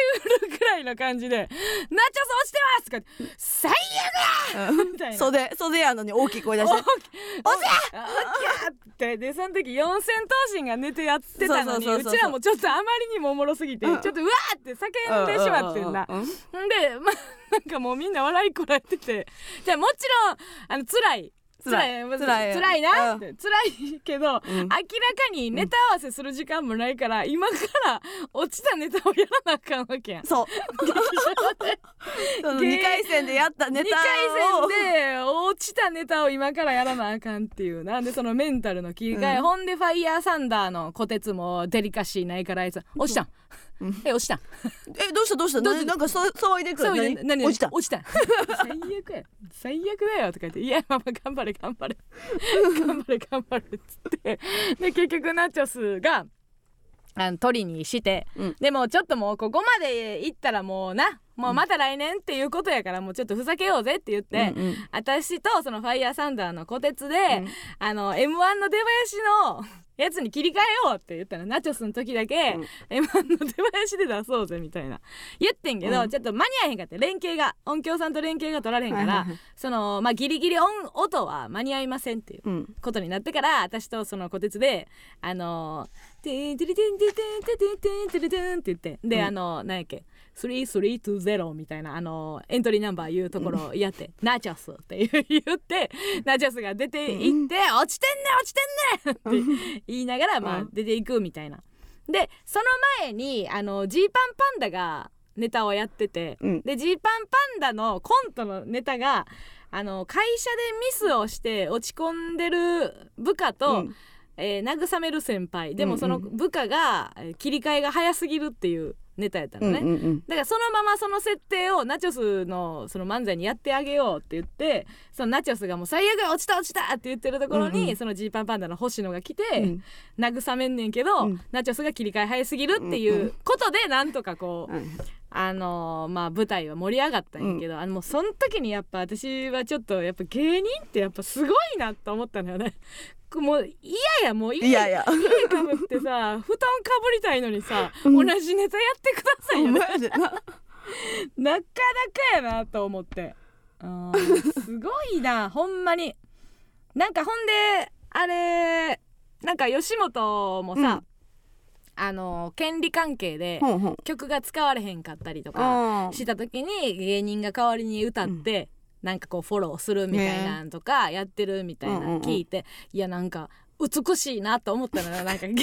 うるくらいの感じでナチョス落ちてますとか最悪やみたいな袖袖やのに大きい声出して落ちやってでその時四千頭身が寝てやってたのにうちらもちょっとあまりにもおもろすぎて、うん、ちょっとうわーって叫んでしまってんだ、うんうんうん、でまあなんかもうみんな笑いこらえててじゃあもちろんあの辛い辛い辛い辛いなって、うん、辛いけど、うん、明らかにネタ合わせする時間もないから、うん、今から落ちたネタをやらなあかんわけやんそうそのにかい戦でやったネタをにかい戦で落ちたネタを今からやらなあかんっていうなんでそのメンタルの切り替え、うん、ほんでファイヤーサンダーの小鉄もデリカシーないからあいつ落ちたんうん、え落ちたんえどうしたどうしたどうしたなんか騒いでくる何何落ちた落ちた最悪や最悪だよとか言っていやママ頑張れ頑張れ頑張れ頑張れっつってで結局ナチョスがあの取りにして、うん、でもちょっともうここまで行ったらもうなもうまた来年っていうことやからもうちょっとふざけようぜって言って、うんうん、私とそのファイヤーサンダーの小鉄で、うん、あの エムワン の出囃子のやつに切り替えようって言ったらナチョスの時だけ、うん、エムワン の出囃子で出そうぜみたいな言ってんけど、うん、ちょっと間に合えへんかって連携が音響さんと連携が取られへんから、はいはいはい、そのまあギリギリ音音は間に合いませんっていうことになってから、うん、私とその小鉄であのー、テンテリテンテンテンテンテンテンテンって言ってで、うん、あの何やっけスリースリーツーゼロみたいなあのエントリーナンバー言うところをやって、うん、ナチョスって言ってナチョスが出ていって、うん、落ちてんね落ちてんねって言いながら、まあ、出ていくみたいなでその前にあのジーパンパンダがネタをやってて、うん、でジーパンパンダのコントのネタがあの会社でミスをして落ち込んでる部下と、うんえー、慰める先輩でもその部下が切り替えが早すぎるっていうネタやったのね、うんうんうん、だからそのままその設定をナチョス の, その漫才にやってあげようって言ってそのナチョスがもう最悪落ちた落ちたって言ってるところに、うんうん、そのジーパンパンダの星野が来て、うん、慰めんねんけど、うん、ナチョスが切り替え早すぎるっていうことでなんとかこう、うんうん、あのー、まあ舞台は盛り上がったんやけど、うん、あのもうその時にやっぱ私はちょっとやっぱ芸人ってやっぱすごいなと思ったのよねもう嫌やもう家かぶってさ布団かぶりたいのにさ、うん、同じネタやってくださいよ、ね、な, なかなかやなと思ってあすごいなほんまになんかほんであれなんか吉本もさ、うん、あの権利関係で曲が使われへんかったりとかした時に芸人が代わりに歌って、うんなんかこうフォローするみたいなんとかやってるみたいなの聞いて、ね、いやなんか美しいなと思ったのよなんか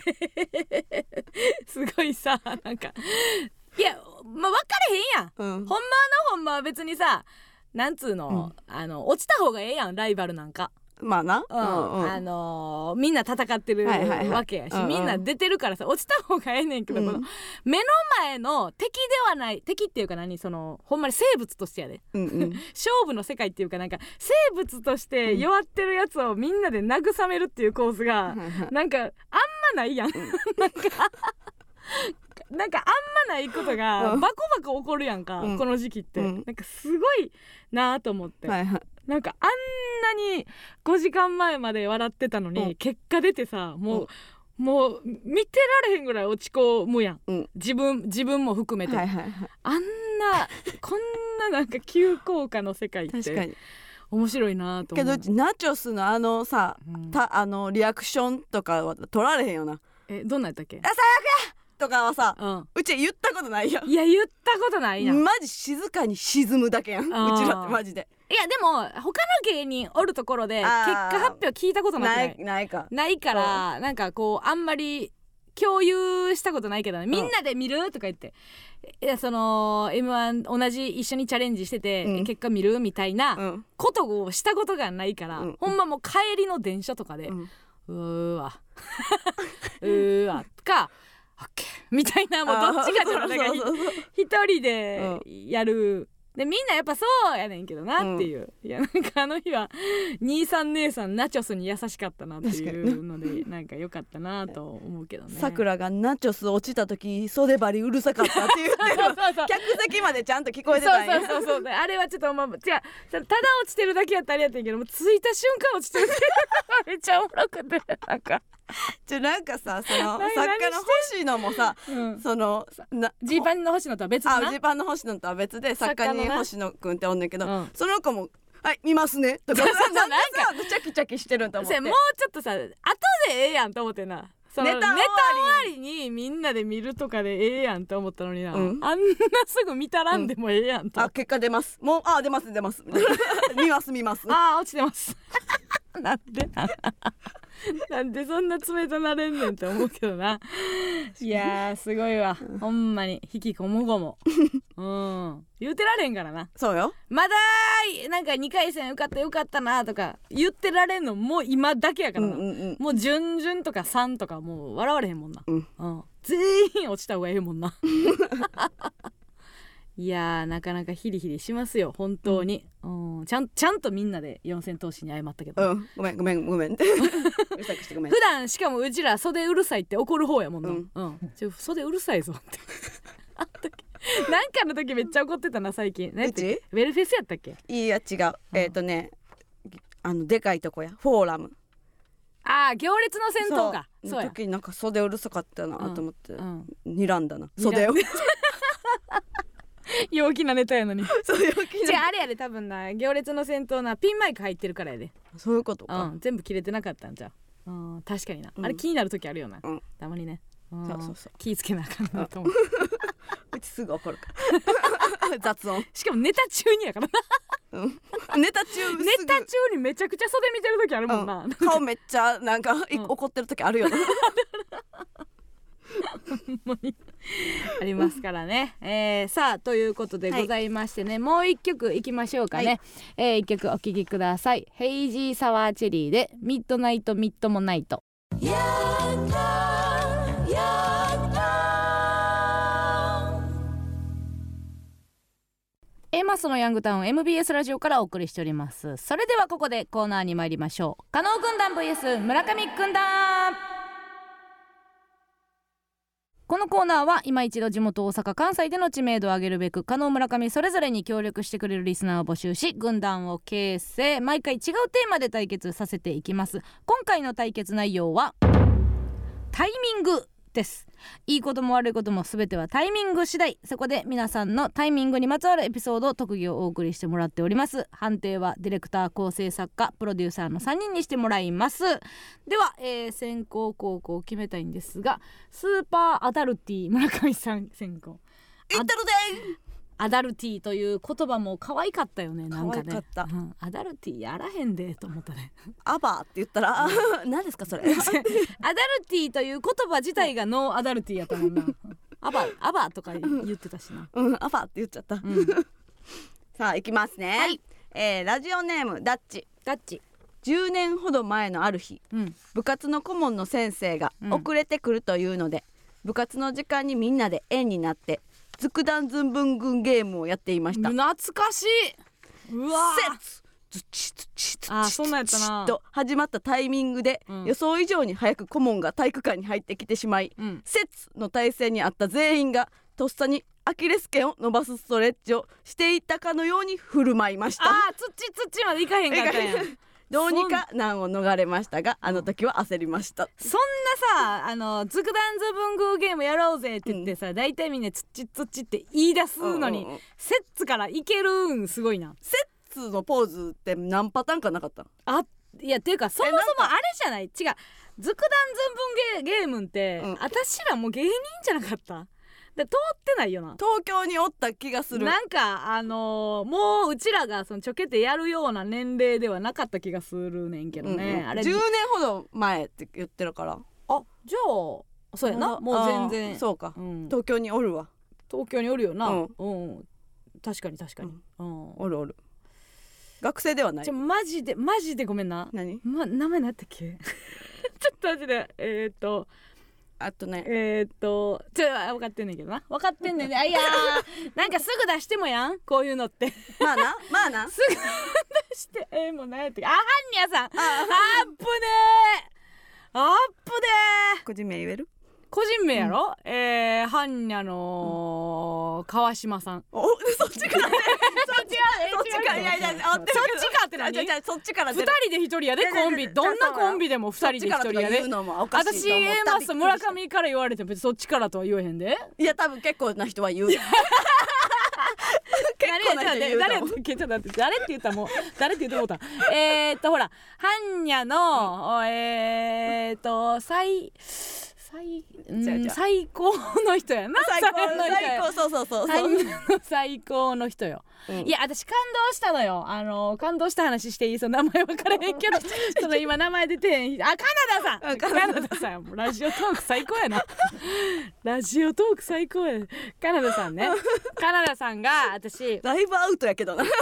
すごいさなんかいやまあ分かれへんやん、うん、ほんまのほんまは別にさなんつうの、うん、あの落ちた方がええやんライバルなんかまあな、 うんうん、あのー、みんな戦ってるわけやし、はいはいはい、みんな出てるからさ落ちた方がええねんけど、うん、この目の前の敵ではない敵っていうか何そのほんまに生物としてやで、うんうん、勝負の世界っていうかなんか生物として弱ってるやつをみんなで慰めるっていう構図が、うん、なんかあんまないやん、うん、なんかなんかあんまないことがバコバコ起こるやんか、うん、この時期って、うん、なんかすごいなと思って、はいはい、なんかあんなにごじかんまえまで笑ってたのに、うん、結果出てさもう、うん、もう見てられへんぐらい落ち込むやん、うん、自分自分も含めて、はいはいはい、あんなこんななんか急降下の世界って確かに面白いなと思うけどナチョスのあのさ、うん、たあのリアクションとかは取られへんよなえどんなんやったっけあ最悪やとかはさ、うん、うち言ったことないよいや言ったことないなマジ静かに沈むだけやんうちらってマジでいやでも他の芸人おるところで結果発表聞いたことなくないないないかないから、うん、なんかこうあんまり共有したことないけど、ね、みんなで見るとか言っていやその エムワン 同じ一緒にチャレンジしてて、うん、結果見るみたいなことをしたことがないから、うん、ほんまもう帰りの電車とかで、うん、うーわうーわとかオッケーみたいなもうどっちかじゃないか一人でやるでみんなやっぱそうやねんけどなっていう、うん、いやなんかあの日は兄さん姉さんナチョスに優しかったなっていうのでなんか良かったなと思うけどねさくらがナチョス落ちた時袖張りうるさかったって言ってそうそうそう客席までちゃんと聞こえてたんやそうそうそうそうあれはちょっと、まあ、違うただ落ちてるだけやったらあれやったんやけどもう着いた瞬間落ちてるめっちゃおもろくてなんかちょなんかさその作家の星野もさ、うん、そのジーパンの星野とは別だな。あジーパンの星野とは別で作家に星野くんっておんねんけど、うん、その子もはい見ますねとかなんかチャキチャキしてるんと思って。 もうちょっとさ後でええやんと思ってな。そのネタ終わりにみんなで見るとかでええやんと思ったのにな、うん、あんなすぐ見たらんでもええやんと、 うん、あ結果出ますもうあ出ます出ます見ます見ますあ落ちてますなんでなんでそんな冷たなれんねんって思うけどないやーすごいわほんまに引きこもごもうん言うてられんからな。 そうよまだなんかにかい戦受かったよかったなとか言ってられんのもう今だけやからな、うんうんうん、もう準々とかさんとかもう笑われへんもんな、うんうん、全員落ちた方がええもんないやーなかなかヒリヒリしますよ本当に、うんうん、ちゃんちゃんとみんなで四千頭身に謝ったけど、 うん、ごめんごめんごめんうるさくしてごめん。 普段しかもうちら袖うるさいって怒る方やもんな、うんうん、ちょ袖うるさいぞってあったっけなんかの時めっちゃ怒ってたな最近。ね、うちウェルフェスやったっけ。 いや違う、うん、えっ、ー、とねあのでかいとこやフォーラム。 ああ行列の先頭か。 そうそうや時になんか袖うるさかったなと思って、うんうん、睨んだな袖を陽気なネタやのにそう陽気なじゃああれやで多分な行列の先頭なピンマイク入ってるからやで。 そういうことか、 うん、全部切れてなかったんじゃう、うん、確かにな、うん、あれ気になる時あるよな、うん、たまにね、うん、そうそうそう気ぃつけなあかんなと思ううちすぐ怒るから雑音しかもネタ中にやからな、 うん、ネタ中ネタ中にめちゃくちゃ袖見てる時あるもんな、うん、 顔めっちゃなんか、うん、怒ってる時あるよなありますからね、えー、さあということでございましてね、はい、もう一曲いきましょうかね、はい、えー、一曲お聴きください。ヘイジーサワーチェリーでミッドナイトミッドもナイト。やったやった A マスのヤングタウン エムビーエス ラジオからお送りしております。それではここでコーナーに参りましょう。加納軍団 ブイエス 村上軍団。このコーナーは今一度地元大阪関西での知名度を上げるべく加納村上それぞれに協力してくれるリスナーを募集し軍団を形成、毎回違うテーマで対決させていきます。今回の対決内容はタイミングです。いいことも悪いことも全てはタイミング次第。そこで皆さんのタイミングにまつわるエピソード、特技をお送りしてもらっております。判定はディレクター、構成作家、プロデューサーのさんにんにしてもらいます。では、えー、先行後攻を決めたいんですが、スーパーアダルティ村上さん先行。 いったるでアダルティという言葉も可愛かったよね。なんかね可愛かった、 うん、アダルティやらへんでと思ったね。 アバーって言ったら何ですかそれアダルティという言葉自体がノーアダルティやったもんな。アバアバとか言ってたしな。 うんアバって言っちゃった、うん、さあ行きますね、はい、えー、ラジオネームダッチダッチ。 じゅうねんほど前のある日、うん、部活の顧問の先生が遅れてくるというので、うん、部活の時間にみんなで円になってズクダンズンブングンゲームをやっていました。 懐かしい。うわセッツズチズチズチあそんなんやったなと始まったタイミングで、うん、予想以上に早く顧問が体育館に入ってきてしまい、うん、セッツの体勢にあった全員がとっさにアキレス腱を伸ばすストレッチをしていたかのように振る舞いました。 あー土土までいかへんかったやんどうにか難を逃れましたが、あの時は焦りました。 そんなさあのズクダンズ文具ゲームやろうぜって言ってさ、うん、大体みんなツッチツッチって言い出すのに、うんうんうん、セッツからいけるんすごいな。 セッツのポーズって何パターンかなかった？ あいやっていうかそもそもあれじゃない違うズクダンズ文具ゲームって、うん、私らも芸人じゃなかった？で通ってないよな。 東京におった気がする。 なんかあのー、もううちらがそのちょけてやるような年齢ではなかった気がするねんけどね、うんうん、あれじゅうねんほど前って言ってるから。 あじゃあそうやな、もう全然そうか、うん、東京におるわ。 東京におるよな、うんうん、確かに確かに、 うん、おるおる。学生ではない。 じゃマジでマジでごめんな。 何、 ま、名前なんだっけちょっとマジでえー、っとあとねえー、っとちょ分かってんねんけどな分かってんねんねあいやなんかすぐ出してもやんこういうのってまあなまあなすぐ出してえー、もう何やってあはんにゃさんあアップねーアップでー個人名言える個人名やろ、うん、えー、ハンニャの川島さん。 お、そっちからねそっちそっちからいやいやそっちかって何？ そっちからふたりでひとりやでコンビ。どんなコンビでもふたりでひとりやで。私 A マス村上から言われても別にそっちからとは言えへんで。 いや多分結構な人は言う結構な人言う誰って言ったって誰って言ったもう誰って言ってもうたえーっとほらハンニャの、うん、えーっと最最、うん、最高の人やな。 最高の最高そうそうそう最, 最高の人よ、うん、いや私感動したのよ。あの感動した話していい？その名前分からへんけどその今名前出てへん。あ、カナダさんカナダさんラジオトーク最高やなラジオトーク最高や。カナダさんねカナダさんが私だいぶアウトやけどな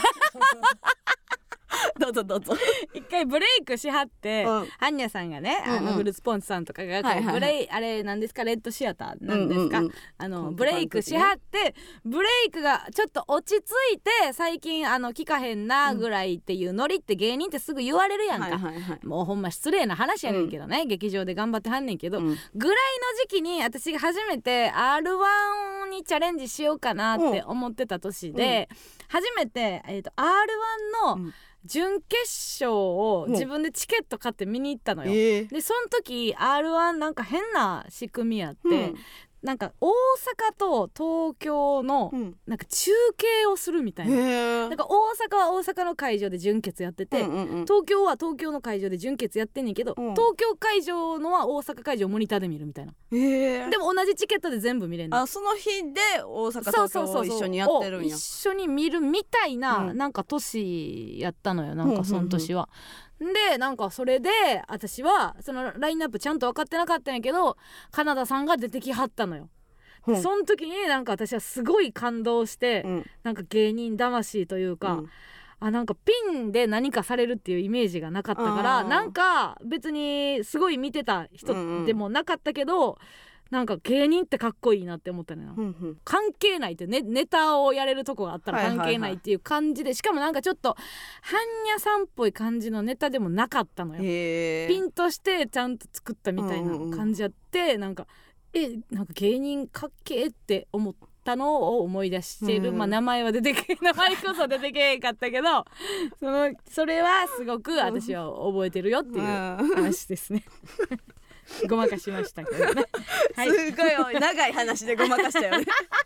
どうぞどうぞ一回ブレイクしはって、うん、ハンニャさんがね、うんうん、あのフルーツポンチさんとかが、はいはいはい、ブレイあれなんですかレッドシアターなんですか、うんうんうん、あのブレイクしはってブレイクがちょっと落ち着いて最近あの聞かへんなぐらいっていうノリって芸人ってすぐ言われるやんか、はいはいはい、もうほんま失礼な話やねんけどね、うん、劇場で頑張ってはんねんけど、うん、ぐらいの時期に私が初めて アールワン にチャレンジしようかなって思ってた年で、うん、初めて、えーと、アールワン の、うん準決勝を自分でチケット買って見に行ったのよ、えー、でその時 アールワン なんか変な仕組みやって、うん、なんか大阪と東京のなんか中継をするみたいな、うん、なんか大阪は大阪の会場で準決やってて、うんうんうん、東京は東京の会場で準決やってんねんけど、うん、東京会場のは大阪会場をモニターで見るみたいな、でも同じチケットで全部見れるの。 あ、その日で大阪東京を一緒にやってるんや。 一緒に見るみたいな、うん、なんか年やったのよ。なんかその年は、うんうんうん、でなんかそれで私はそのラインナップちゃんと分かってなかったんやけどカナダさんが出てきはったのよ、うん、その時になんか私はすごい感動して、うん、なんか芸人魂というか、うん、あなんかピンで何かされるっていうイメージがなかったからなんか別にすごい見てた人でもなかったけど、うんうん、なんか芸人ってかっこいいなって思ったのよ、うんうん、関係ないって、ね、ネタをやれるとこがあったら関係ないっていう感じで、はいはいはい、しかもなんかちょっとハンニャさんっぽい感じのネタでもなかったのよ。ピンとしてちゃんと作ったみたいな感じやって、うんうん、なんかえなんか芸人かっけーって思ったのを思い出している、うん、まあ名前は出てけ名前こそ出てけへんかったけどそのそれはすごく私は覚えてるよっていう話ですねごまかしましたけどね、 はい、すごい長い話でごまかしたよね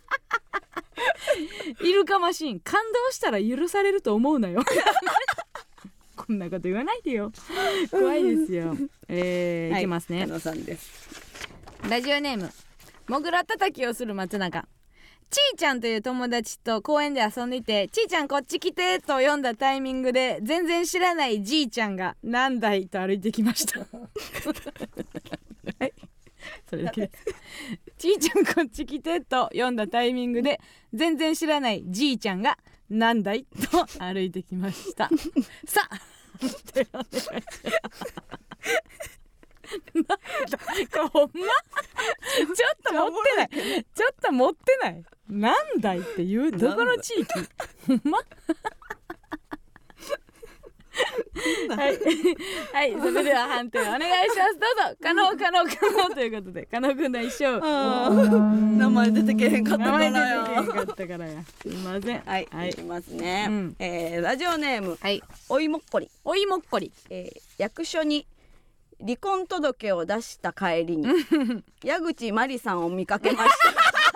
イルカマシーン感動したら許されると思うなよこんなこと言わないでよ怖いですよ、えーはい、いきますね。 加納さんです。 ラジオネームもぐらたたきをする松永。ちーちゃんという友達と公園で遊んでいてちーちゃんこっち来てと呼んだタイミングで全然知らないじいちゃんが何台と歩いてきましたはいそれだけですちーちゃんこっち来てと呼んだタイミングで全然知らないじいちゃんが何台と歩いてきましたさあってお願いしますなんだこれほんまちょっと持ってないちょっと持ってない何台っていうどこの地域ほんまはい、はい、それでは判定お願いします。どうぞ可能可能可能ということで可能くんの一勝。 名前出てけへんかったからや名前出てけへんかったからやすいません。 はい、はい、いきますね、うん、えー、ラジオネーム、はい、おいもっこりおいもっこり、 えー、役所に離婚届を出した帰りに矢口真理さんを見かけました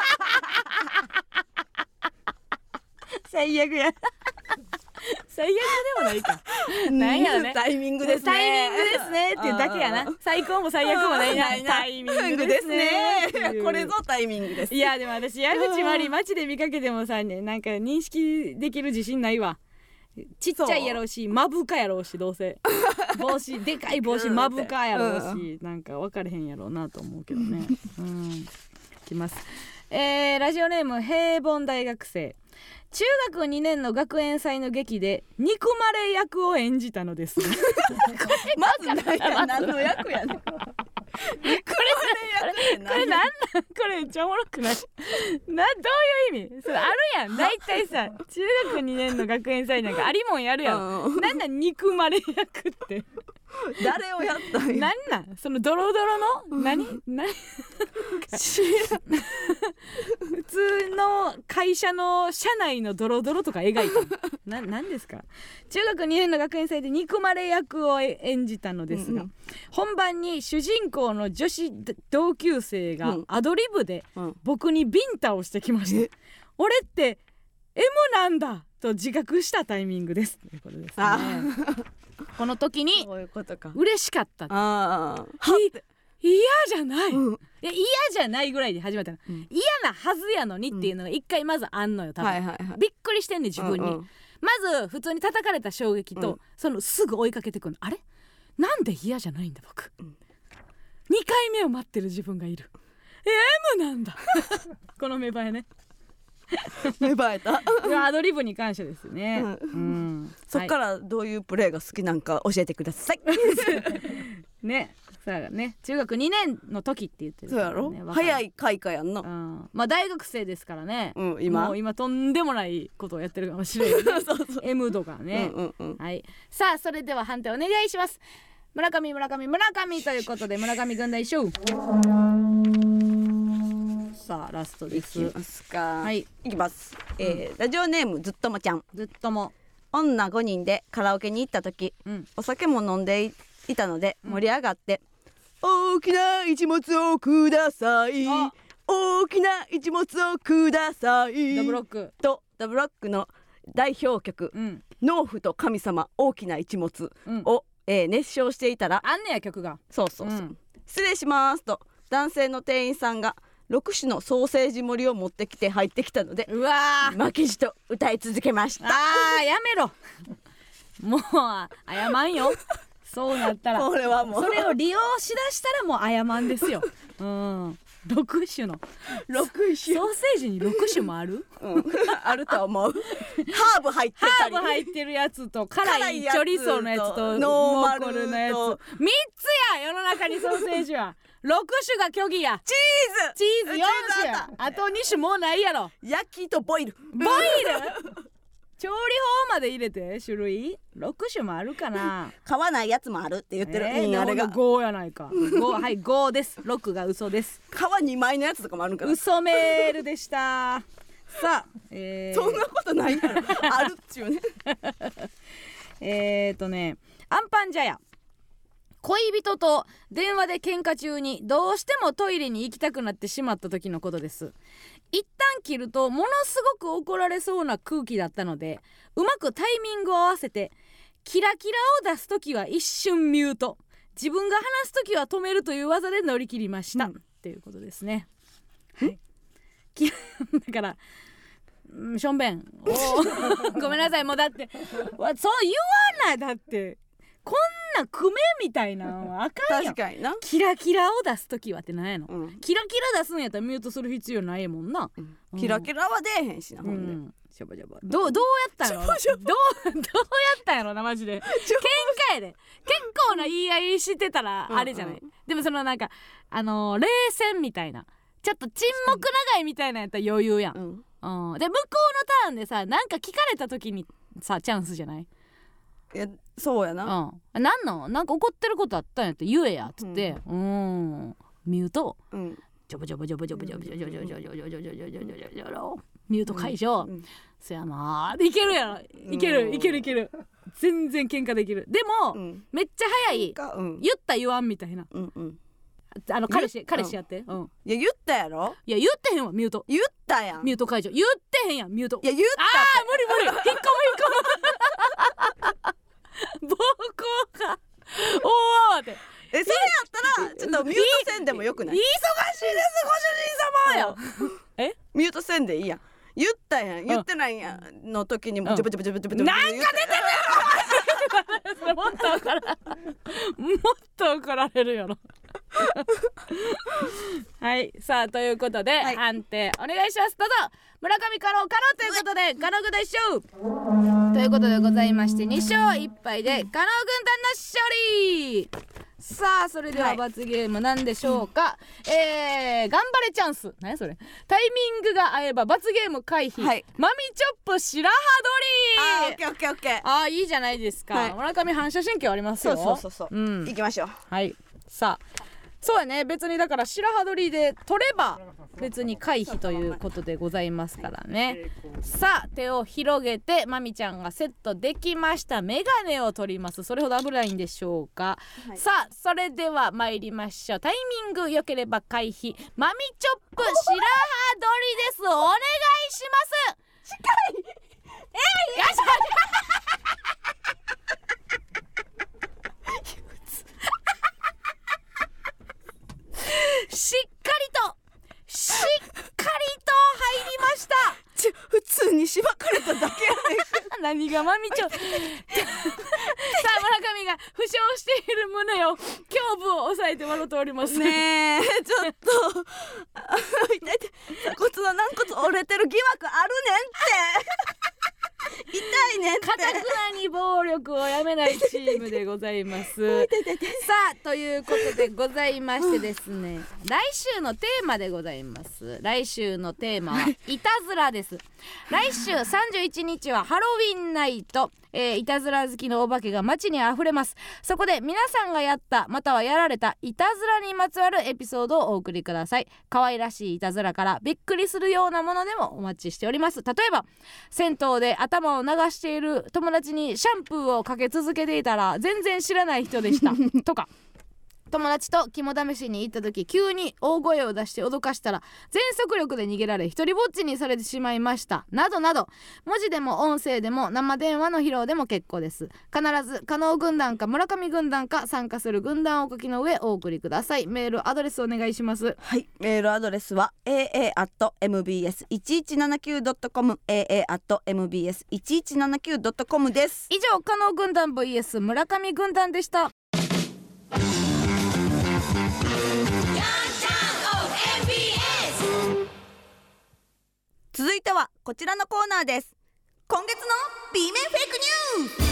最悪や最悪でもないかなんやろねタイミングですねタイミングですねっていうだけやな最高も最悪もないなタイミングですねこれぞタイミングです。 いやでも私矢口真理街で見かけてもさ、ね、なんか認識できる自信ないわ。ちっちゃいやろうし目深やろうしどうせ帽子でかい帽子目深やろうし、うん、なんか分かれへんやろうなと思うけどね、うん、いきます、えー、ラジオネーム平凡大学生。中学にねんの学園祭の劇で憎まれ役を演じたのですまず何や何の役やねんこれこれなんなんこれめっちゃおもろくないなどういう意味それあるやん大体さ中学にねんの学園祭なんかありもんやるやんなんだ憎まれ役って誰をやったんや。なんなんそのドロドロの何何普通の会社の社内のドロドロとか描いたな何ですか。中学にねんの学園祭で憎まれ役を演じたのですが、うんうん、本番に主人公の女子同級生がアドリブで僕にビンタをしてきました、うん、俺って エム なんだと自覚したタイミングですということですね。この時に嬉しかった。あ嫌じゃない、うん、いや嫌じゃないぐらいで始まったの、うん、嫌なはずやのにっていうのが一回まずあんのよ多分、はいはいはい、びっくりしてんね自分に、うんうん、まず普通に叩かれた衝撃と、うん、そのすぐ追いかけてくるの。あれなんで嫌じゃないんだ僕、うん、にかいめを待ってる自分がいる。え エム なんだこの芽生えね芽生えたアドリブに感謝ですね、うんうん、 そっからどういうプレーが好きなんか教えてくださいねさあね中学にねんの時って言ってるからね。 そうやろ早い開花やんな、うん、まあ大学生ですからね、 うん、今もう今とんでもないことをやってるかもしれない、ね、そうそう エム 度がね、うんうんうん、はい、さあそれでは判定お願いします。村上村上村上ということで村上軍団一勝。さあラストです。 いきますか。 はい、 いきます、えーうん、ラジオネームずっともちゃん。 ずっとも女ごにんでカラオケに行った時、うん、お酒も飲んでいたので盛り上がって、うん、大きな一物をください、大きな一物をくださいダブロックとダブロックの代表曲、うん、農夫と神様大きな一物を、うんえー、熱唱していたらあんねや曲がそうそうそう、うん、失礼しますと男性の店員さんがろく種のソーセージ盛りを持ってきて入ってきたので、 うわ負けじと歌い続けました。 あーやめろもう謝んよそうなったらこれはもうそれを利用しだしたらもう謝んですよ、うん、ろく種のろく種ソーセージにろく種もある、 うん、あると思うハーブ入ってたりハーブ入ってるやつと辛いチョリソーのやつとノーマルのやつみっつや世の中にソーセージはろく種が虚偽や。 チーズチーズよん種や。あとに種もうないやろ。 焼きとボイルボイル調理法まで入れて種類ろく種もあるかな買わないやつもあるって言ってる、えー、 あれがごやないかごはいごですろくが嘘です。 皮にまいのやつとかもあるから嘘メールでしたさあ、 えー、そんなことないやろあるっちゅうねえーとねアンパンジャヤ恋人と電話で喧嘩中にどうしてもトイレに行きたくなってしまった時のことです。一旦切るとものすごく怒られそうな空気だったのでうまくタイミングを合わせてキラキラを出す時は一瞬ミュート自分が話す時は止めるという技で乗り切りました、うん、っていうことですね、はい、だからしょんべんごめんなさいもうだってそう言わないだってこんなクメみたいなのはあかんよ。 確かになキラキラを出すときはってなんやの、うん、キラキラ出すんやったらミュートする必要ないもんな、うんうん、キラキラは出えへんしな、ほんで、うん、 しょぼしょぼどうどうやったんやろどうどうやったんやろなマジで喧嘩やで結構な言い合いしてたらあれじゃない、うんうん、でもそのなんかあのー、冷戦みたいなちょっと沈黙長いみたいなやったら余裕やん、うんうん、で向こうのターンでさなんか聞かれた時にさチャンスじゃない。 いやそうやな、 うん、なんのなんか怒ってることあったんやって言えやっつってうんミュートジョボジョボジョボジョボジョボジョボジョボジョボジョボジョボジョボジョボジョボジョボジョボミュート解除そやなーいけるやろいけるいけるいける全然喧嘩できるでもめっちゃ早い言った言わんみたいなあの彼氏彼氏やってうんいや言ったやろいや言ってへんわミュート言ったやんミュート解除言ってへんやんミュートいや言ったあー無理無理引っ込む引っ込む暴行か大慌てえそれやったらちょっとミュートせんでもよくない？ 忙しいですご主人様よえミュートせんでいいやん言ったやん言ってないやんの時にもジョブジョブジョブジョブジョブなんか出てるよもっと怒らもっと怒られるやろはいさあということで、はい、判定お願いします。どうぞ村上加納加納ということで加納軍団勝ということでございましてに勝いっ敗で加納軍団の勝利さあそれでは罰ゲームなんでしょうか、はい、えー、頑張れチャンス、何やそれ、タイミングが合えば罰ゲーム回避、はい、マミチョップ白羽鳥。あーオッケーオッケーオッケー。 あーいいじゃないですか、はい、村上反射神経ありますよ。 そうそうそうそう、うん、行きましょう。 はい、さあそうやね、別にだから白羽鳥で取れば別に回避ということでございますからね。さあ手を広げてまみちゃんがセットできました。メガネを取ります。それほど危ないんでしょうか、はい、さあそれでは参りましょう。タイミング良ければ回避、マミチョップ白羽鳥です。お願いします。 近い。えー、よいしょしっかりとしっかりと入りました。 ちょ普通にしばかれただけやねん何がまみちょさあ村上が負傷している胸を胸部を押さえて笑っておりますねえちょっと痛い痛い、鎖骨の軟骨折れてる疑惑あるねんって痛いねって。 かたくなに暴力をやめないチームでございますさあということでございましてですね来週のテーマでございます。来週のテーマはいたずらです。来週さんじゅういちにちはハロウィンナイト、えー、いたずら好きのお化けが街にあふれます。そこで皆さんがやったまたはやられたいたずらにまつわるエピソードをお送りください。可愛らしいいたずらからびっくりするようなものでもお待ちしております。例えば銭湯で頭を流している友達にシャンプーをかけ続けていたら全然知らない人でしたとか、友達と肝試しに行った時急に大声を出して脅かしたら全速力で逃げられ一人ぼっちにされてしまいましたなどなど、文字でも音声でも生電話の披露でも結構です。必ず加納軍団か村上軍団か参加する軍団をお書きの上お送りください。メールアドレスお願いします。 はい、メールアドレスは エーエー アット エムビーエス いちいちななきゅう ドット コム エーエー アット エムビーエス いちいちななきゅう ドット コム です。 以上加納軍団 ブイエス 村上軍団でした。 続いてはこちらのコーナーです。今月の B 面フェイクニュー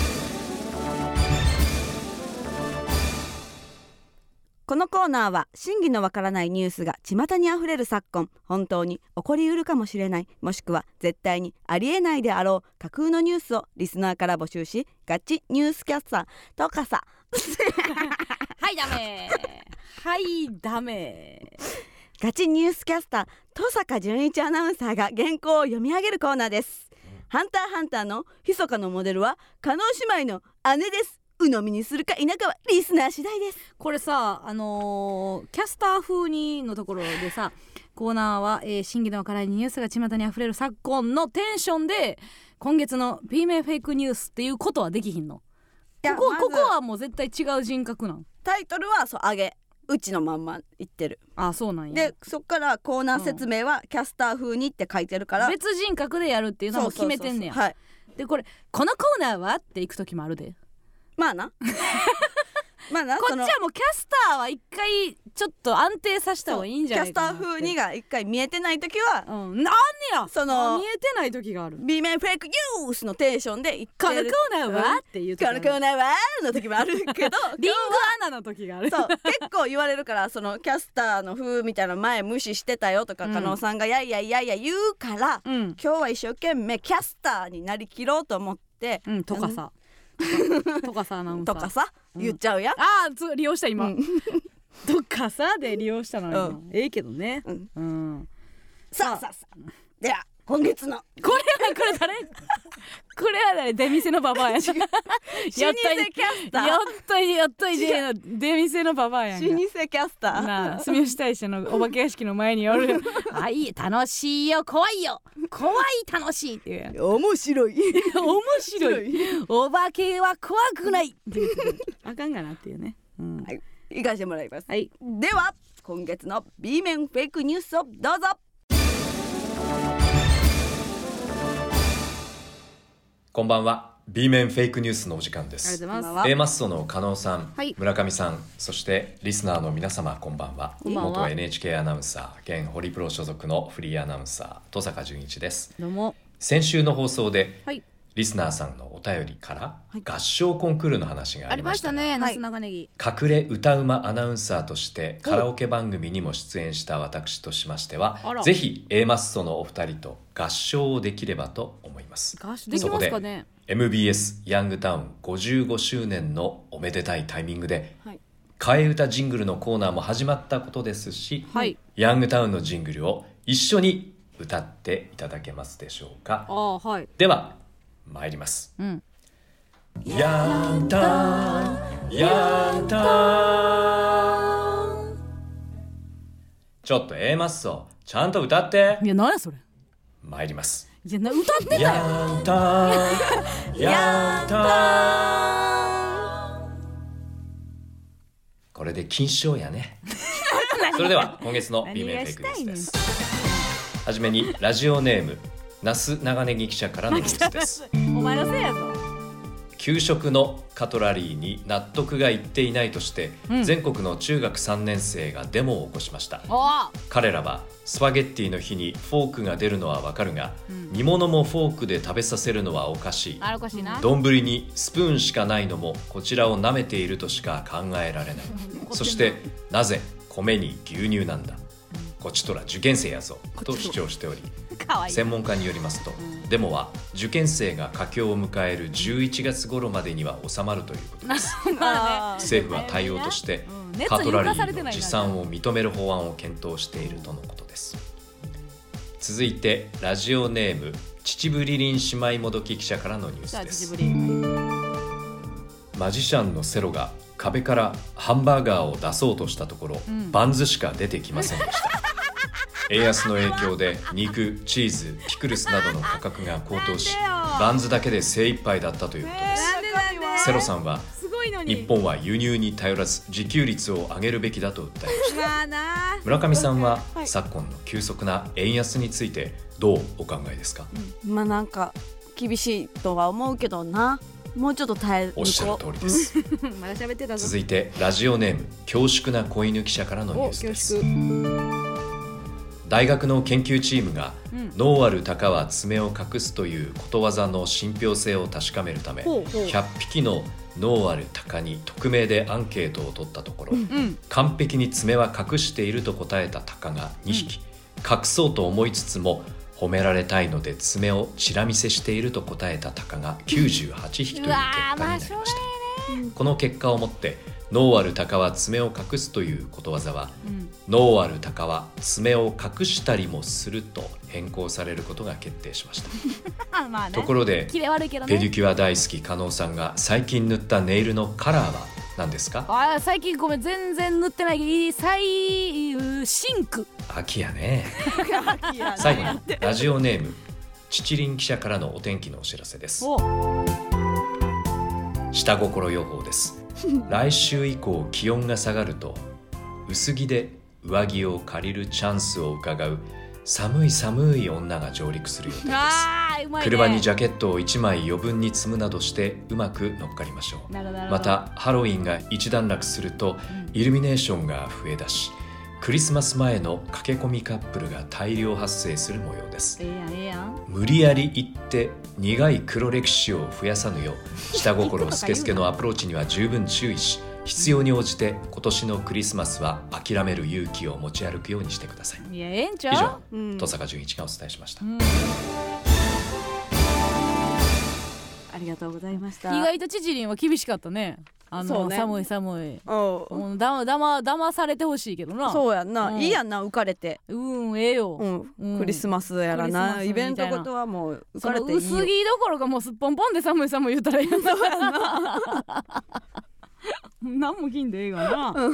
ス。このコーナーは真偽のわからないニュースが巷にあふれる昨今、本当に起こりうるかもしれない、もしくは絶対にありえないであろう架空のニュースをリスナーから募集し、ガチニュースキャスターとかさはいダメはいダメガチニュースキャスター登坂淳一アナウンサーが原稿を読み上げるコーナーです。ハンターハンターの密かのモデルは加納姉妹の姉です。鵜呑みにするか否かはリスナー次第です。 これさ、あのー、キャスター風にのところでさコーナーは、えー、真偽のわからないニュースが巷にあふれる昨今のテンションで今月の B 面フェイクニュースっていうことはできひんの。ここ、ここはもう絶対違う人格なん。 タイトルはそう上げうちのまんま言ってる。 あ、そうなんや。 でそっからコーナー説明はキャスター風にって書いてるから、うん、 別人格でやるっていうのも決めてんねや。 そうそうそうそう、はい、 でこれこのコーナーはっていく時もあるで。 まあなまあな、 こっちはもうキャスターは一回ちょっと安定させた方がいいんじゃないかな。 キャスター風にが一回見えてない時は、 うん、なんねやその見えてない時がある。 B 面フェイクニュースのテンションで一回このコーナーは、うん、っていう時このコーナーはの時もあるけどリングアナの時がある。 そう結構言われるからそのキャスターの風みたいな前無視してたよとか、うん、加納さんがやいやいやいや言うから、うん、今日は一生懸命キャスターになりきろうと思って、 うん、とかさとかさアナウンサーとかさ、うん、言っちゃうやん。 ああ利用した今、うん、とかさで利用したのよ、うん、ええけどね、うんうん、 さあさあさあでは今月のこれはこれ誰これは誰出店のババアやし老舗キャスターやっといてやっといての出店のババアやん老舗キャスターなあ住吉大社のお化け屋敷の前におるあいい楽しいよ怖いよ怖い楽しいっていうやん。 面白い面白いお化けは怖くないって言ってあかんがなっていうね、うん、 はい行かせてもらいます、 はい、 では今月の B 面フェイクニュースをどうぞ。 こんばんは。 B 面フェイクニュースのお時間です。 ありがとうございます。 A マッソの加納さん、 はい、 村上さん、そしてリスナーの皆様こんばんは。 こんばんは。 元 エヌエイチケー アナウンサー現ホリプロ所属のフリーアナウンサー登坂淳一です。 どうも。 先週の放送で、 はい、 リスナーさんのお便りから合唱コンクールの話がありましたが、 ありましたね、なすながねぎ。 隠れ歌うまアナウンサーとしてカラオケ番組にも出演した私としましては、ぜひ A マッソのお二人と合唱をできればと思います。 合唱できますかね。 そこで エムビーエス ヤングタウンごじゅうごしゅうねんのおめでたいタイミングで、はい、替え歌ジングルのコーナーも始まったことですし、はい、ヤングタウンのジングルを一緒に歌っていただけますでしょうか。 あ、はい、 では参ります、うん、ヤンタンヤンタン。ちょっと A マッソちゃんと歌って。 いや、何やそれ。 参ります。 いや、な歌ってたよ。 ヤンタンヤンタン。これで金賞やねそれでは今月の B 面フェイクニュースです。はじめにラジオネーム那須長ネギ記者からのニュースです。 お前のせいやぞ。 給食のカトラリーに納得がいっていないとして、うん、全国の中学さんねん生がデモを起こしました。彼らはスパゲッティの日にフォークが出るのはわかるが、うん、煮物もフォークで食べさせるのはおかしい。丼にスプーンしかないのもこちらを舐めているとしか考えられないそしてなぜ米に牛乳なんだ、こちとら受験生やぞと主張しており、専門家によりますと、うん、デモは受験生が佳境を迎えるじゅういちがつ頃までには収まるということです政府は対応として、うん、カトラリーの持参を認める法案を検討しているとのことです。続いてラジオネーム秩父リリン姉妹もどき記者からのニュースです。マジシャンのセロが壁からハンバーガーを出そうとしたところ、うん、バンズしか出てきませんでした円安の影響で肉、チーズ、ピクルスなどの価格が高騰し、バンズだけで精一杯だったということです。セロさんは日本は輸入に頼らず自給率を上げるべきだと訴えました村上さんは昨今の急速な円安についてどうお考えですか。 うん、まあなんか厳しいとは思うけどな、もうちょっと耐える。 おっしゃる通りですまだ喋ってたぞ。 続いてラジオネーム恐縮な子犬記者からのニュースです。大学の研究チームが、うん、脳ある鷹は爪を隠すということわざの信憑性を確かめるため、ほうほうひゃっぴきの脳ある鷹に匿名でアンケートを取ったところ、うんうん、完璧に爪は隠していると答えた鷹がにひき、うん、隠そうと思いつつも褒められたいので爪をチラ見せしていると答えた鷹がきゅうじゅうはちひきという結果になりました。この結果をもって脳ある鷹は爪を隠すということわざは、うん、脳ある鷹は爪を隠したりもすると変更されることが決定しましたまあ、ね、ところでペディキュア大好き加納さんが最近塗ったネイルのカラーは何ですか。 あ、最近ごめん全然塗ってないサイシンク。 秋やね最後にラジオネームちちりん記者からのお天気のお知らせです。下心予報です来週以降気温が下がると薄着で上着を借りるチャンスを伺う寒い寒い女が上陸する予定です。うまいね、車にジャケットをいちまい余分に積むなどしてうまく乗っかりましょう。またハロウィンが一段落すると、うん、イルミネーションが増えだしクリスマス前の駆け込みカップルが大量発生する模様です。 ええやんええやん。 無理やり言って苦い黒歴史を増やさぬよう下心スケスケのアプローチには十分注意し必要に応じて今年のクリスマスは諦める勇気を持ち歩くようにしてください。 いや、ええんちゃう。 以上、うん、登坂淳一がお伝えしました、うん、 ありがとうございました。 意外とチチリンは厳しかったね。あの、ね、寒い寒い、うん、だまだま騙されてほしいけどな。 そうやんな、うん、いいやんな浮かれて。 うんええよ、 うんうん、クリスマスやらなイベントごとはもう浮かれていいよ。 薄着どころかもうすっぽんぽんで寒い寒い言ったらいいやんな。そうやな何も着んでええがな、はい、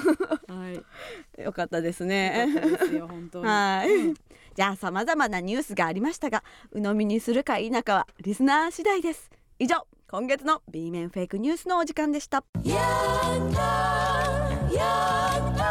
よかったですね。 よかったですよ本当に。 はい、うん、じゃあさまざまなニュースがありましたが鵜呑みにするか否かはリスナー次第です。以上今月の B 面フェイクニュースのお時間でした。やったやった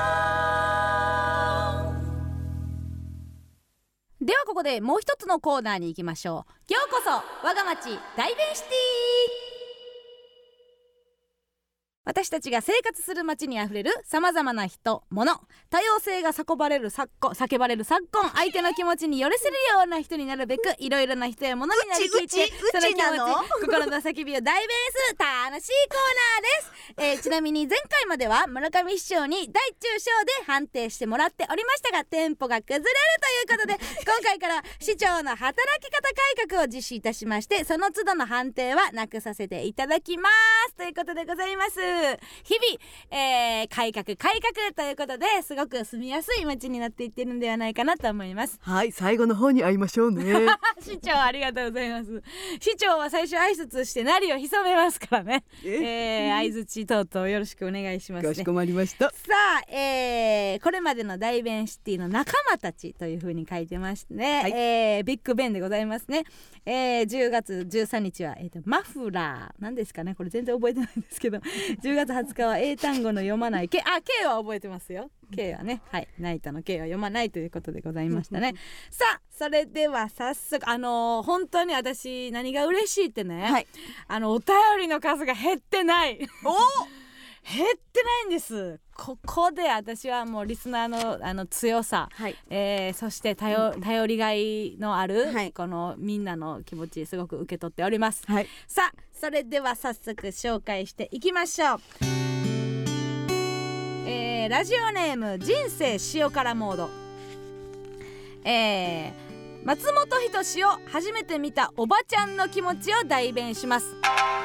ではここでもう一つのコーナーに行きましょう。ようこそ我が町大弁シティ。 私たちが生活する街にあふれるさまざまな人、物、多様性が叫ばれる昨今叫ばれる昨今相手の気持ちに寄りせるような人になるべくいろいろな人や物になりきってその気持ち心の叫びを代弁する楽しいコーナーです、えー、ちなみに前回までは村上市長に大中小で判定してもらっておりましたがテンポが崩れるということで今回から市長の働き方改革を実施いたしましてその都度の判定はなくさせていただきますということでございます。日々、えー、改革改革ということですごく住みやすい街になっていってるんではないかなと思います。 はい、最後の方に会いましょうね市長ありがとうございます。市長は最初挨拶してなりを潜めますからね、えー、相づち等々よろしくお願いしますね。 かしこまりました。 さあ、えー、これまでの大弁シティの仲間たちという風に書いてましてね、はい、えー、ビッグベンでございますね、えー、じゅうがつじゅうさんにちは、えー、とマフラーなんですかね、これ全然覚えてないんですけどじゅうがつはつかは英単語の読まない K, あ K は覚えてますよ。 K はね、はい、ナイタの K は読まないということでございましたねさあそれでは早速あのー、本当に私何が嬉しいってね、はい、あのお便りの数が減ってないお減ってないんです。ここで私はもうリスナー の, あの強さ、はい、えー、そして頼, 頼りがいのある、はい、このみんなの気持ちすごく受け取っております、はい、さあそれでは早速紹介していきましょう、えー、ラジオネーム人生塩辛モード、えー、松本人志を初めて見たおばちゃんの気持ちを代弁します。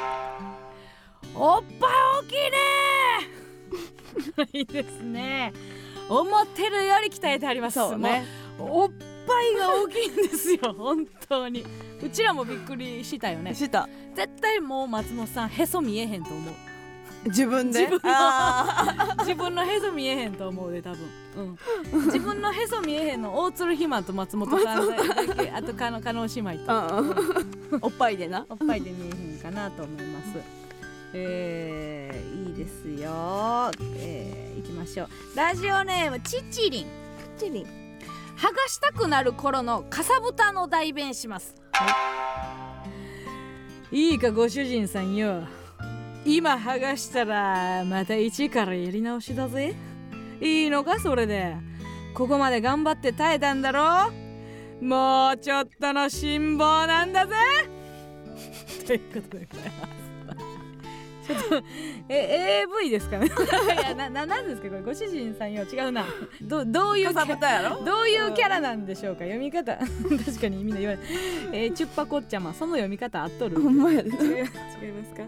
おっぱい大きいねいいですね。思ってるより鍛えてあります。そうね、おっぱいが大きいんですよ本当に。うちらもびっくりしたよね。した。絶対もう松本さんへそ見えへんと思う。 自分で自分の自分のへそ見えへんと思うで多分、うん、自分のへそ見えへんの大鶴ひまと松本さんだけあと加納姉妹と、うんうん、おっぱいでなおっぱいで見えへんかなと思います。えー、いいですよ、えー、いきましょう。ラジオネームちちりんちちりん剥がしたくなる頃のかさぶたの代弁します、はい、いいかご主人さんよ、今剥がしたらまた一からやり直しだぜ。いいのかそれで。ここまで頑張って耐えたんだろ。もうちょっとの辛抱なんだぜということでございます。ちょっとえ エーブイ ですかねいやな、な、なんですかこれ。ご主人さんよ、違うな。ど, どういうかさぶたやろ。 どういうキャラなんでしょうか。読み方確かにみんな言われ、えー、チュッパコッチャマその読み方合っとる。 ほんまやで。違い違いますか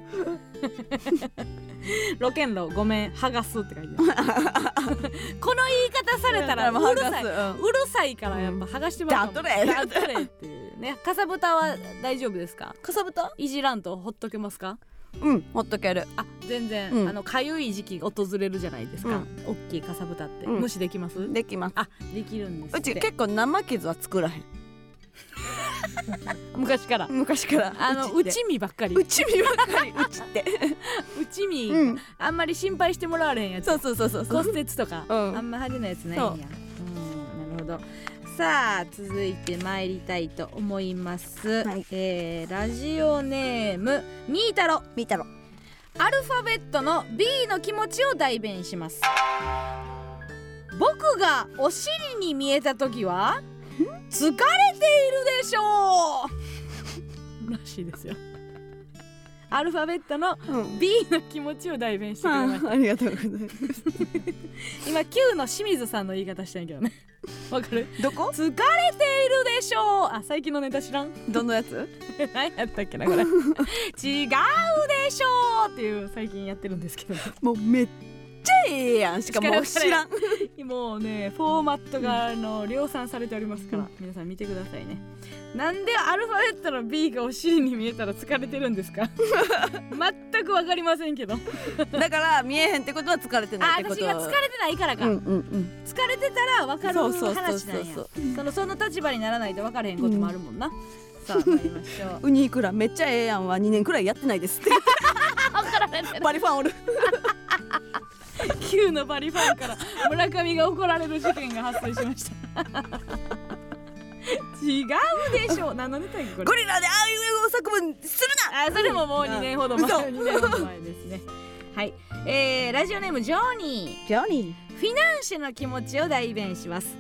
ロケンロごめん剥がすって書いてあるこの言い方されたらうるさい、うん、うるさいからやっぱ剥がしてもらうかも。だっとれだっとれっていうね。かさぶたは大丈夫ですか。 かさぶたいじらんとほっとけますか。 うん、ほっとける。 あ、全然、うん、あのかゆい時期訪れるじゃないですか、うん、大きいかさぶたって、うん、無視できます。 できます。 あ、できるんですって。 うち結構生傷は作らへん昔から昔からあの内身ばっかり内身ばっかりうちって内身、うん、あんまり心配してもらわれへんやつ。 そうそうそうそう骨折とか、うん、あんま派手なやつないんや。うん、なるほど。さあ続いて参りたいと思います、はい、えー、ラジオネームみーたろみーたろアルファベットの ビー の気持ちを代弁します。僕がお尻に見えた時は疲れているでしょうらしいですよ。アルファベットの ビー の気持ちを代弁してくれました、 うん、ありがとうございます今 キュー の清水さんの言い方したんやけどね。わかる。 どこ。 疲れているでしょう。あ、最近のネタ知らん。 どのやつ何やったっけなこれ違うでしょうっていう最近やってるんですけど、ね、 もうめっちゃええやん。しかも知らんもうねフォーマットがあの量産されておりますから、うん、皆さん見てくださいね。なんでアルファベットの ビー がお尻に見えたら疲れてるんですか全くわかりませんけどだから見えへんってことは疲れてないってこと。 あ、私が疲れてないからか、うんうんうん、疲れてたらわかる話なんや。そのその立場にならないと分からへんこともあるもんな、うん、さあ参りましょう。 ウニいくらめっちゃええやんはにねんくらいやってないですって分からへんねん。 バリファンおるキューのバリファンから村上が怒られる事件が発生しました違うでしょ。何のネタやっけこれ。 ゴリラでああいう作文するな。 あ、それももうにねんほど前にねんほど前ですねはい、 えー、ラジオネームジョニージョニーフィナンシェの気持ちを代弁します。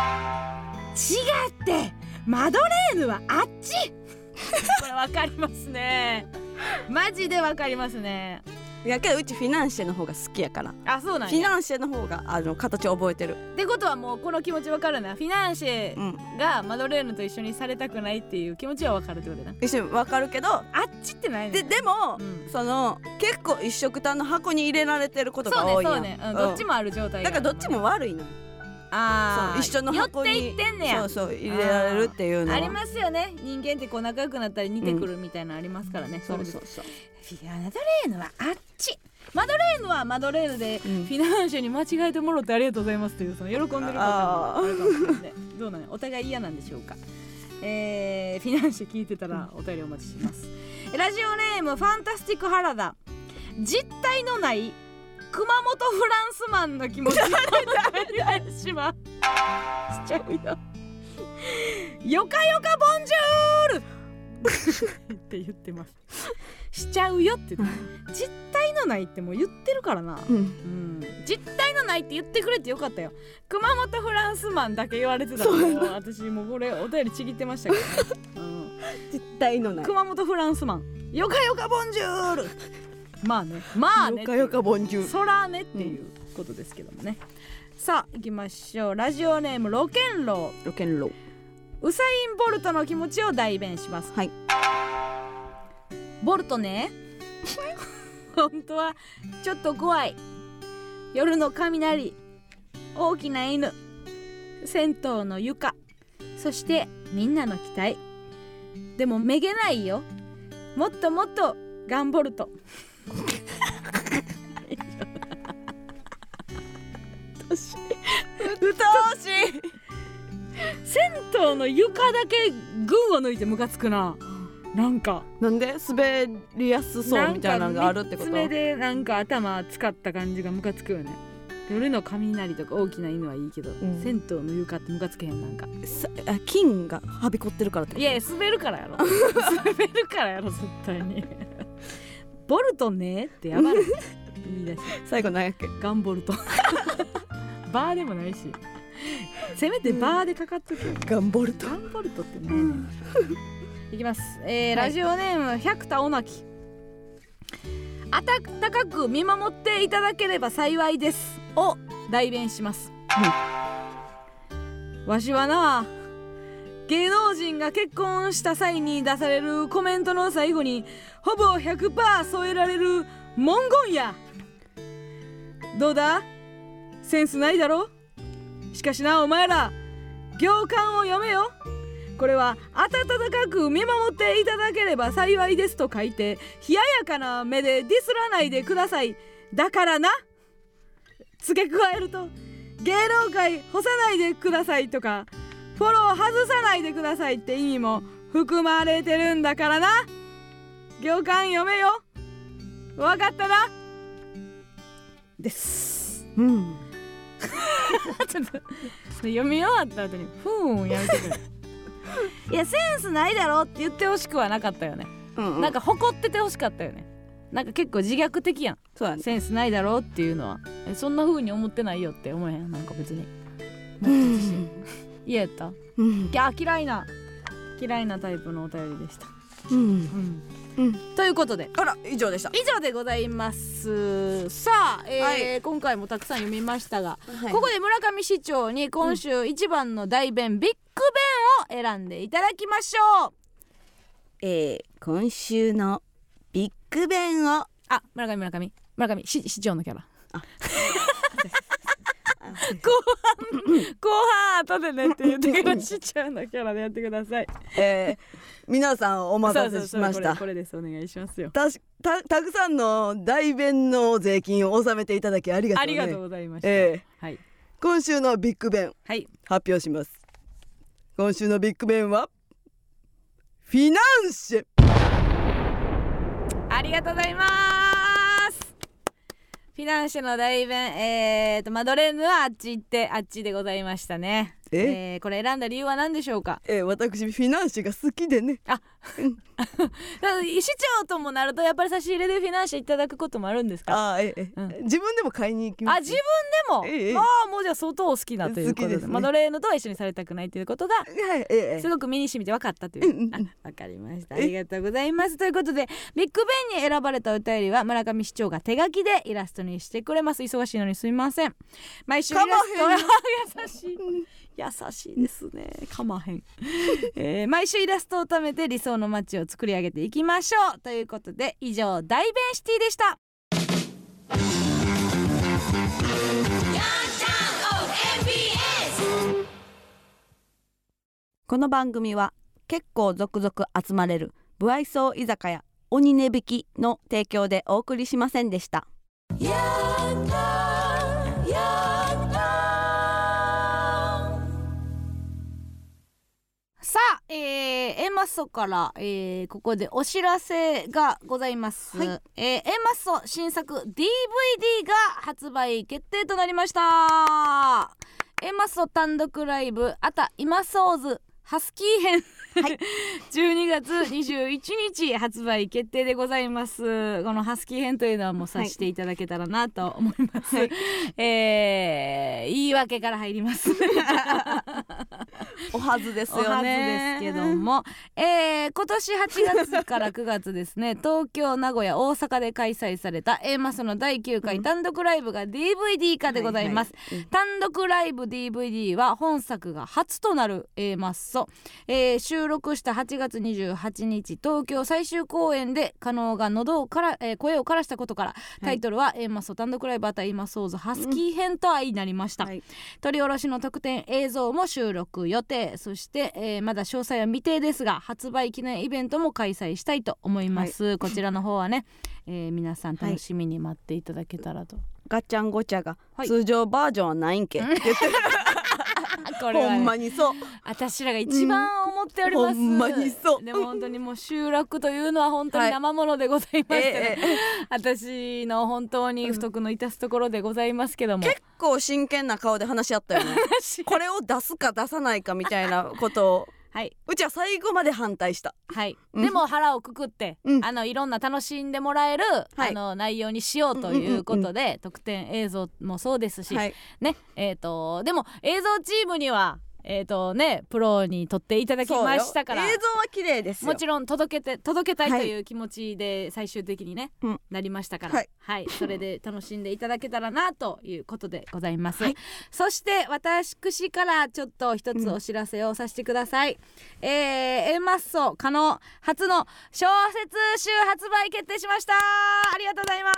違ってマドレーヌはあっちこれわかりますね。マジでわかりますね。 いやけどうちフィナンシェの方が好きやから。 あ、そうなんや。 フィナンシェの方があの形を覚えてるってことはもうこの気持ちわかるな。フィナンシェがマドレーヌと一緒にされたくないっていう気持ちはわかるってことだな。 一緒にわかるけどあっちってないね。で, でも、うん、その結構一緒くたの箱に入れられてることが多いやん。 そうねそうね、うん、どっちもある状態だからどっちも悪いの。 あ一緒の箱に寄っていってんねや。 そうそう入れられるっていうのはあ, ありますよね。人間ってこう仲良くなったり似てくるみたいなのありますからね、 うん、そうそうそう。 マドレーヌはあっち。マドレーヌはマドレーヌで、うん、フィナンシェに間違えてもろってありがとうございますというその喜んでることもあるかもしれないんでどうなんお互い嫌なんでしょうか。えー、フィナンシェ聞いてたらお便りお待ちします、うん、ラジオネームファンタスティック原田。実体のない熊本フランスマンの気持ちをお願いしますしちゃうよ。よかよかボンジュールって言ってますしちゃうよって言って実体のないってもう言ってるからな、うんうん、実体のないって言ってくれてよかったよ。熊本フランスマンだけ言われてたの私もうこれお便りちぎってましたけど、ねうん、 実体のない熊本フランスマンよかよかボンジュールまあねまあねよかよかボンジュールそらねっていうことですけどもね、うん、さあ行きましょう。ラジオネームロケンローロケンローウサイン・ボルトの気持ちを代弁します。 はい。 ボルトね本当はちょっと怖い。夜の雷、大きな犬、銭湯の床、そしてみんなの期待。でもめげないよ。もっともっとガンボルトうとうしいうとうしい銭湯の床だけ群を抜いてムカつくな。なんかなんで滑りやすそうみたいなのがあるってこと。 爪でなんか頭使った感じがムカつくよね。夜の雷とか大きな犬はいいけど、うん、銭湯の床ってムカつけへん。なんかあ金がはびこってるからってこと。 いやいや滑るからやろ滑るからやろ絶対にボルトねってやばい言い出し最後何やっけガンボルトバーでもないしせめてバーでかかっとけ、うん、 ガンボルトガンボルトってね、うん、いきます、えーはい、ラジオネーム百田おなき。温かく見守っていただければ幸いですを代弁します、うん、わしはな芸能人が結婚した際に出されるコメントの最後にほぼ ひゃくパーセント 添えられる文言や。どうだセンスないだろ。しかしなお前ら行間を読めよ。これは温かく見守っていただければ幸いですと書いて冷ややかな目でディスらないでください。だからな付け加えると芸能界干さないでくださいとかフォロー外さないでくださいって意味も含まれてるんだからな。行間読めよ。わかったなです。 うんちょっと読み終わった後にふーんやめてくれいやセンスないだろって言ってほしくはなかったよね、うんうん、なんか誇っててほしかったよね。なんか結構自虐的やん。 そうだね、 センスないだろっていうのはえそんな風に思ってないよって思えへん。なんか別に嫌やった、うん、いや嫌いな嫌いなタイプのお便りでした、うんうんうん、ということであら以上でした。 以上でございます。さあ、えーはい、今回もたくさん読みましたが、はい、ここで村上市長に今週一番の代弁、うん、ビッグ弁を選んでいただきましょう。 えー、今週のビッグ弁をあ村上村上村上 市, 市長のキャラあ後半後半後でねって言ってくだ市長のキャラでやってください。 えー、皆さんお待たせしました。 そうそうそうこれ、これですお願いしますよ。 た, た, たくさんの代弁の税金を納めていただきありがとう、ね、 ありがとうございました、 えーはい、 今週のビッグ弁、 はい、発表します。今週のビッグ弁はフィナンシェ。 ありがとうございます。 フィナンシェの大弁、えーとマドレーヌはあっち行ってあっちでございましたね。ええー、これ選んだ理由は何でしょうか。 えー、私フィナンシェが好きでね。あ、 うん、市長ともなるとやっぱり差し入れでフィナンシェいただくこともあるんですか。 あ、ええ、うん、自分でも買いに行きます。 あ、自分でも、ええ、ああ、もうじゃあ相当お好きなということで、ね、マドレーヌとは一緒にされたくないということが、はいええ、すごく身に染みて分かったという、うん、あ、分かりました。ありがとうございます。ということでビッグベンに選ばれたお便りは村上市長が手書きでイラストにしてくれます。忙しいのにすみません。毎週イラスト優しい優しいですね。かまへん、えー、毎週イラストを貯めて理想の街を作り上げていきましょうということで、以上大弁シティでした。 この番組は結構続々集まれる不愛想居酒屋鬼根引きの提供でお送りしませんでした。やったやったさあ、えー、A マッソから、えー、ここでお知らせがございます、はい。えー、A マッソ新作 ディーブイディー が発売決定となりました。 A マッソ単独ライブあた今ソーズハスキー編、はい、じゅうにがつにじゅういちにち発売決定でございます。このハスキー編というのはもう察していただけたらなと思います、はい。えー、言い訳から入りますおはずですよね。おはずですけども、えー、今年はちがつからくがつですね東京、名古屋、大阪で開催された A マッソのだいきゅうかい単独ライブが ディーブイディー 化でございます、はいはい。単独ライブ ディーブイディー は本作が初となる A マッソ、えー、収録したはちがつにじゅうはちにち東京最終公演で加納が喉をから、えー、声を枯らしたことからタイトルは A マッソ単独ライブあた今ソーズハスキー編と相なりました、うんはい。取り下ろしの特典映像も収録予定、そして、えー、まだ詳細は未定ですが発売記念イベントも開催したいと思います、はい。こちらの方はね、えー、皆さん楽しみに待っていただけたらと、はい。 ガチャンゴチャが、はい、通常バージョンはないんけって言ってるこれは、ね、ほんまにそう私らが一番思っております、 うん、ほんまにそうでも本当にもう収録というのは本当に生ものでございまして、ね、はいえー、私の本当に不徳の致すところでございますけども、 結構真剣な顔で話し合ったよねこれを出すか出さないかみたいなことをはい、うちは最後まで反対した、 はい、うん、でも腹をくくって、うん、あのいろんな楽しんでもらえる、はい、あの内容にしようということで、うんうんうんうん、特典映像もそうですし、はい、ねえーと、でも映像チームにはえーとね、プロに撮っていただきましたから、 映像は綺麗ですよ。 もちろん届けて届けたいという気持ちで最終的にね、はい、なりましたから、はいはい、それで楽しんでいただけたらなということでございます、はい、そして私からちょっと一つお知らせをさせてください、うん、えー、A マッソ加納初の小説集発売決定しました。ありがとうございます。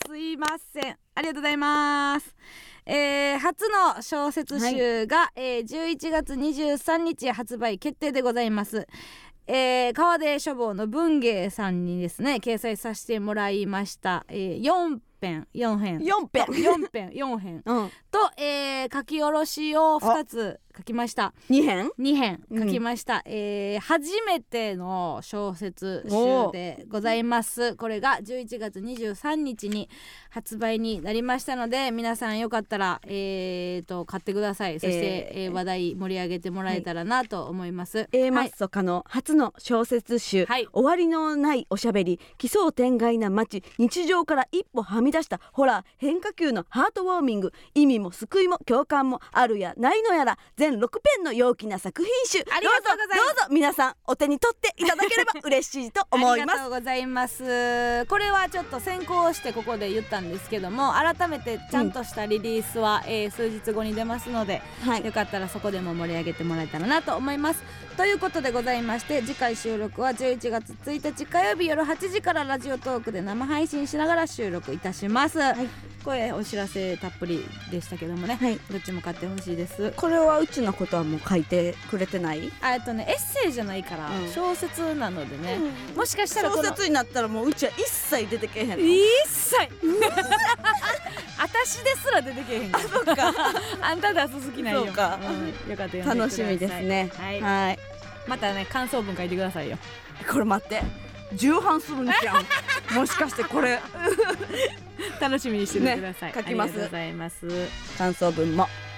すいません、ありがとうございます。えー、初の小説集が、はい、えー、じゅういちがつにじゅうさんにち発売決定でございます。えー、川出書房の文芸さんにですね掲載させてもらいました、えー、よんぺんよんへんよんぺんよんぺんよんへん、うん、と、えー、書き下ろしをふたつ書きました。 にへんにへん書きました、うん、えー、初めての小説集でございます。これがじゅういちがつにじゅうさんにちに発売になりましたので、皆さんよかったら、えー、と買ってください。そして、えーえー、話題盛り上げてもらえたらなと思います、はい、 A マッソ加納初の小説集、はい、終わりのないおしゃべり、奇想天外な街、日常から一歩はみ出したホラー、変化球のハートウォーミング、意味も救いも共感もあるやないのやら全ろくぺんの陽気な作品集、 ありがとうございます。 どうぞどうぞ皆さんお手に取っていただければ嬉しいと思いますありがとうございます。これはちょっと先行してここで言ったんですけども、改めてちゃんとしたリリースは、うん、えー、数日後に出ますので、はい、よかったらそこでも盛り上げてもらえたらなと思います。ということでございまして、次回収録はじゅういちがつついたち火曜日夜はちじからラジオトークで生配信しながら収録いたします、はい、これお知らせたっぷりでしたけどもね、はい、どっちも買ってほしいです。 これはうちのことはもう書いてくれてない？ あとね、エッセイじゃないから、うん、小説なのでね、うん、もしかしたら小説になったらもううちは一切出てけへんの。 一切私ですら出てけへん。 あ、そっかあんた出す好きないよ。 そうか、 うん、よかったよ。 楽しみですね。 はい、はい、またね感想文書いてくださいよ。 これ待って、 重版するんじゃんもしかしてこれ楽しみにしててください、 ね、書きます。 ありがとうございます。 感想文も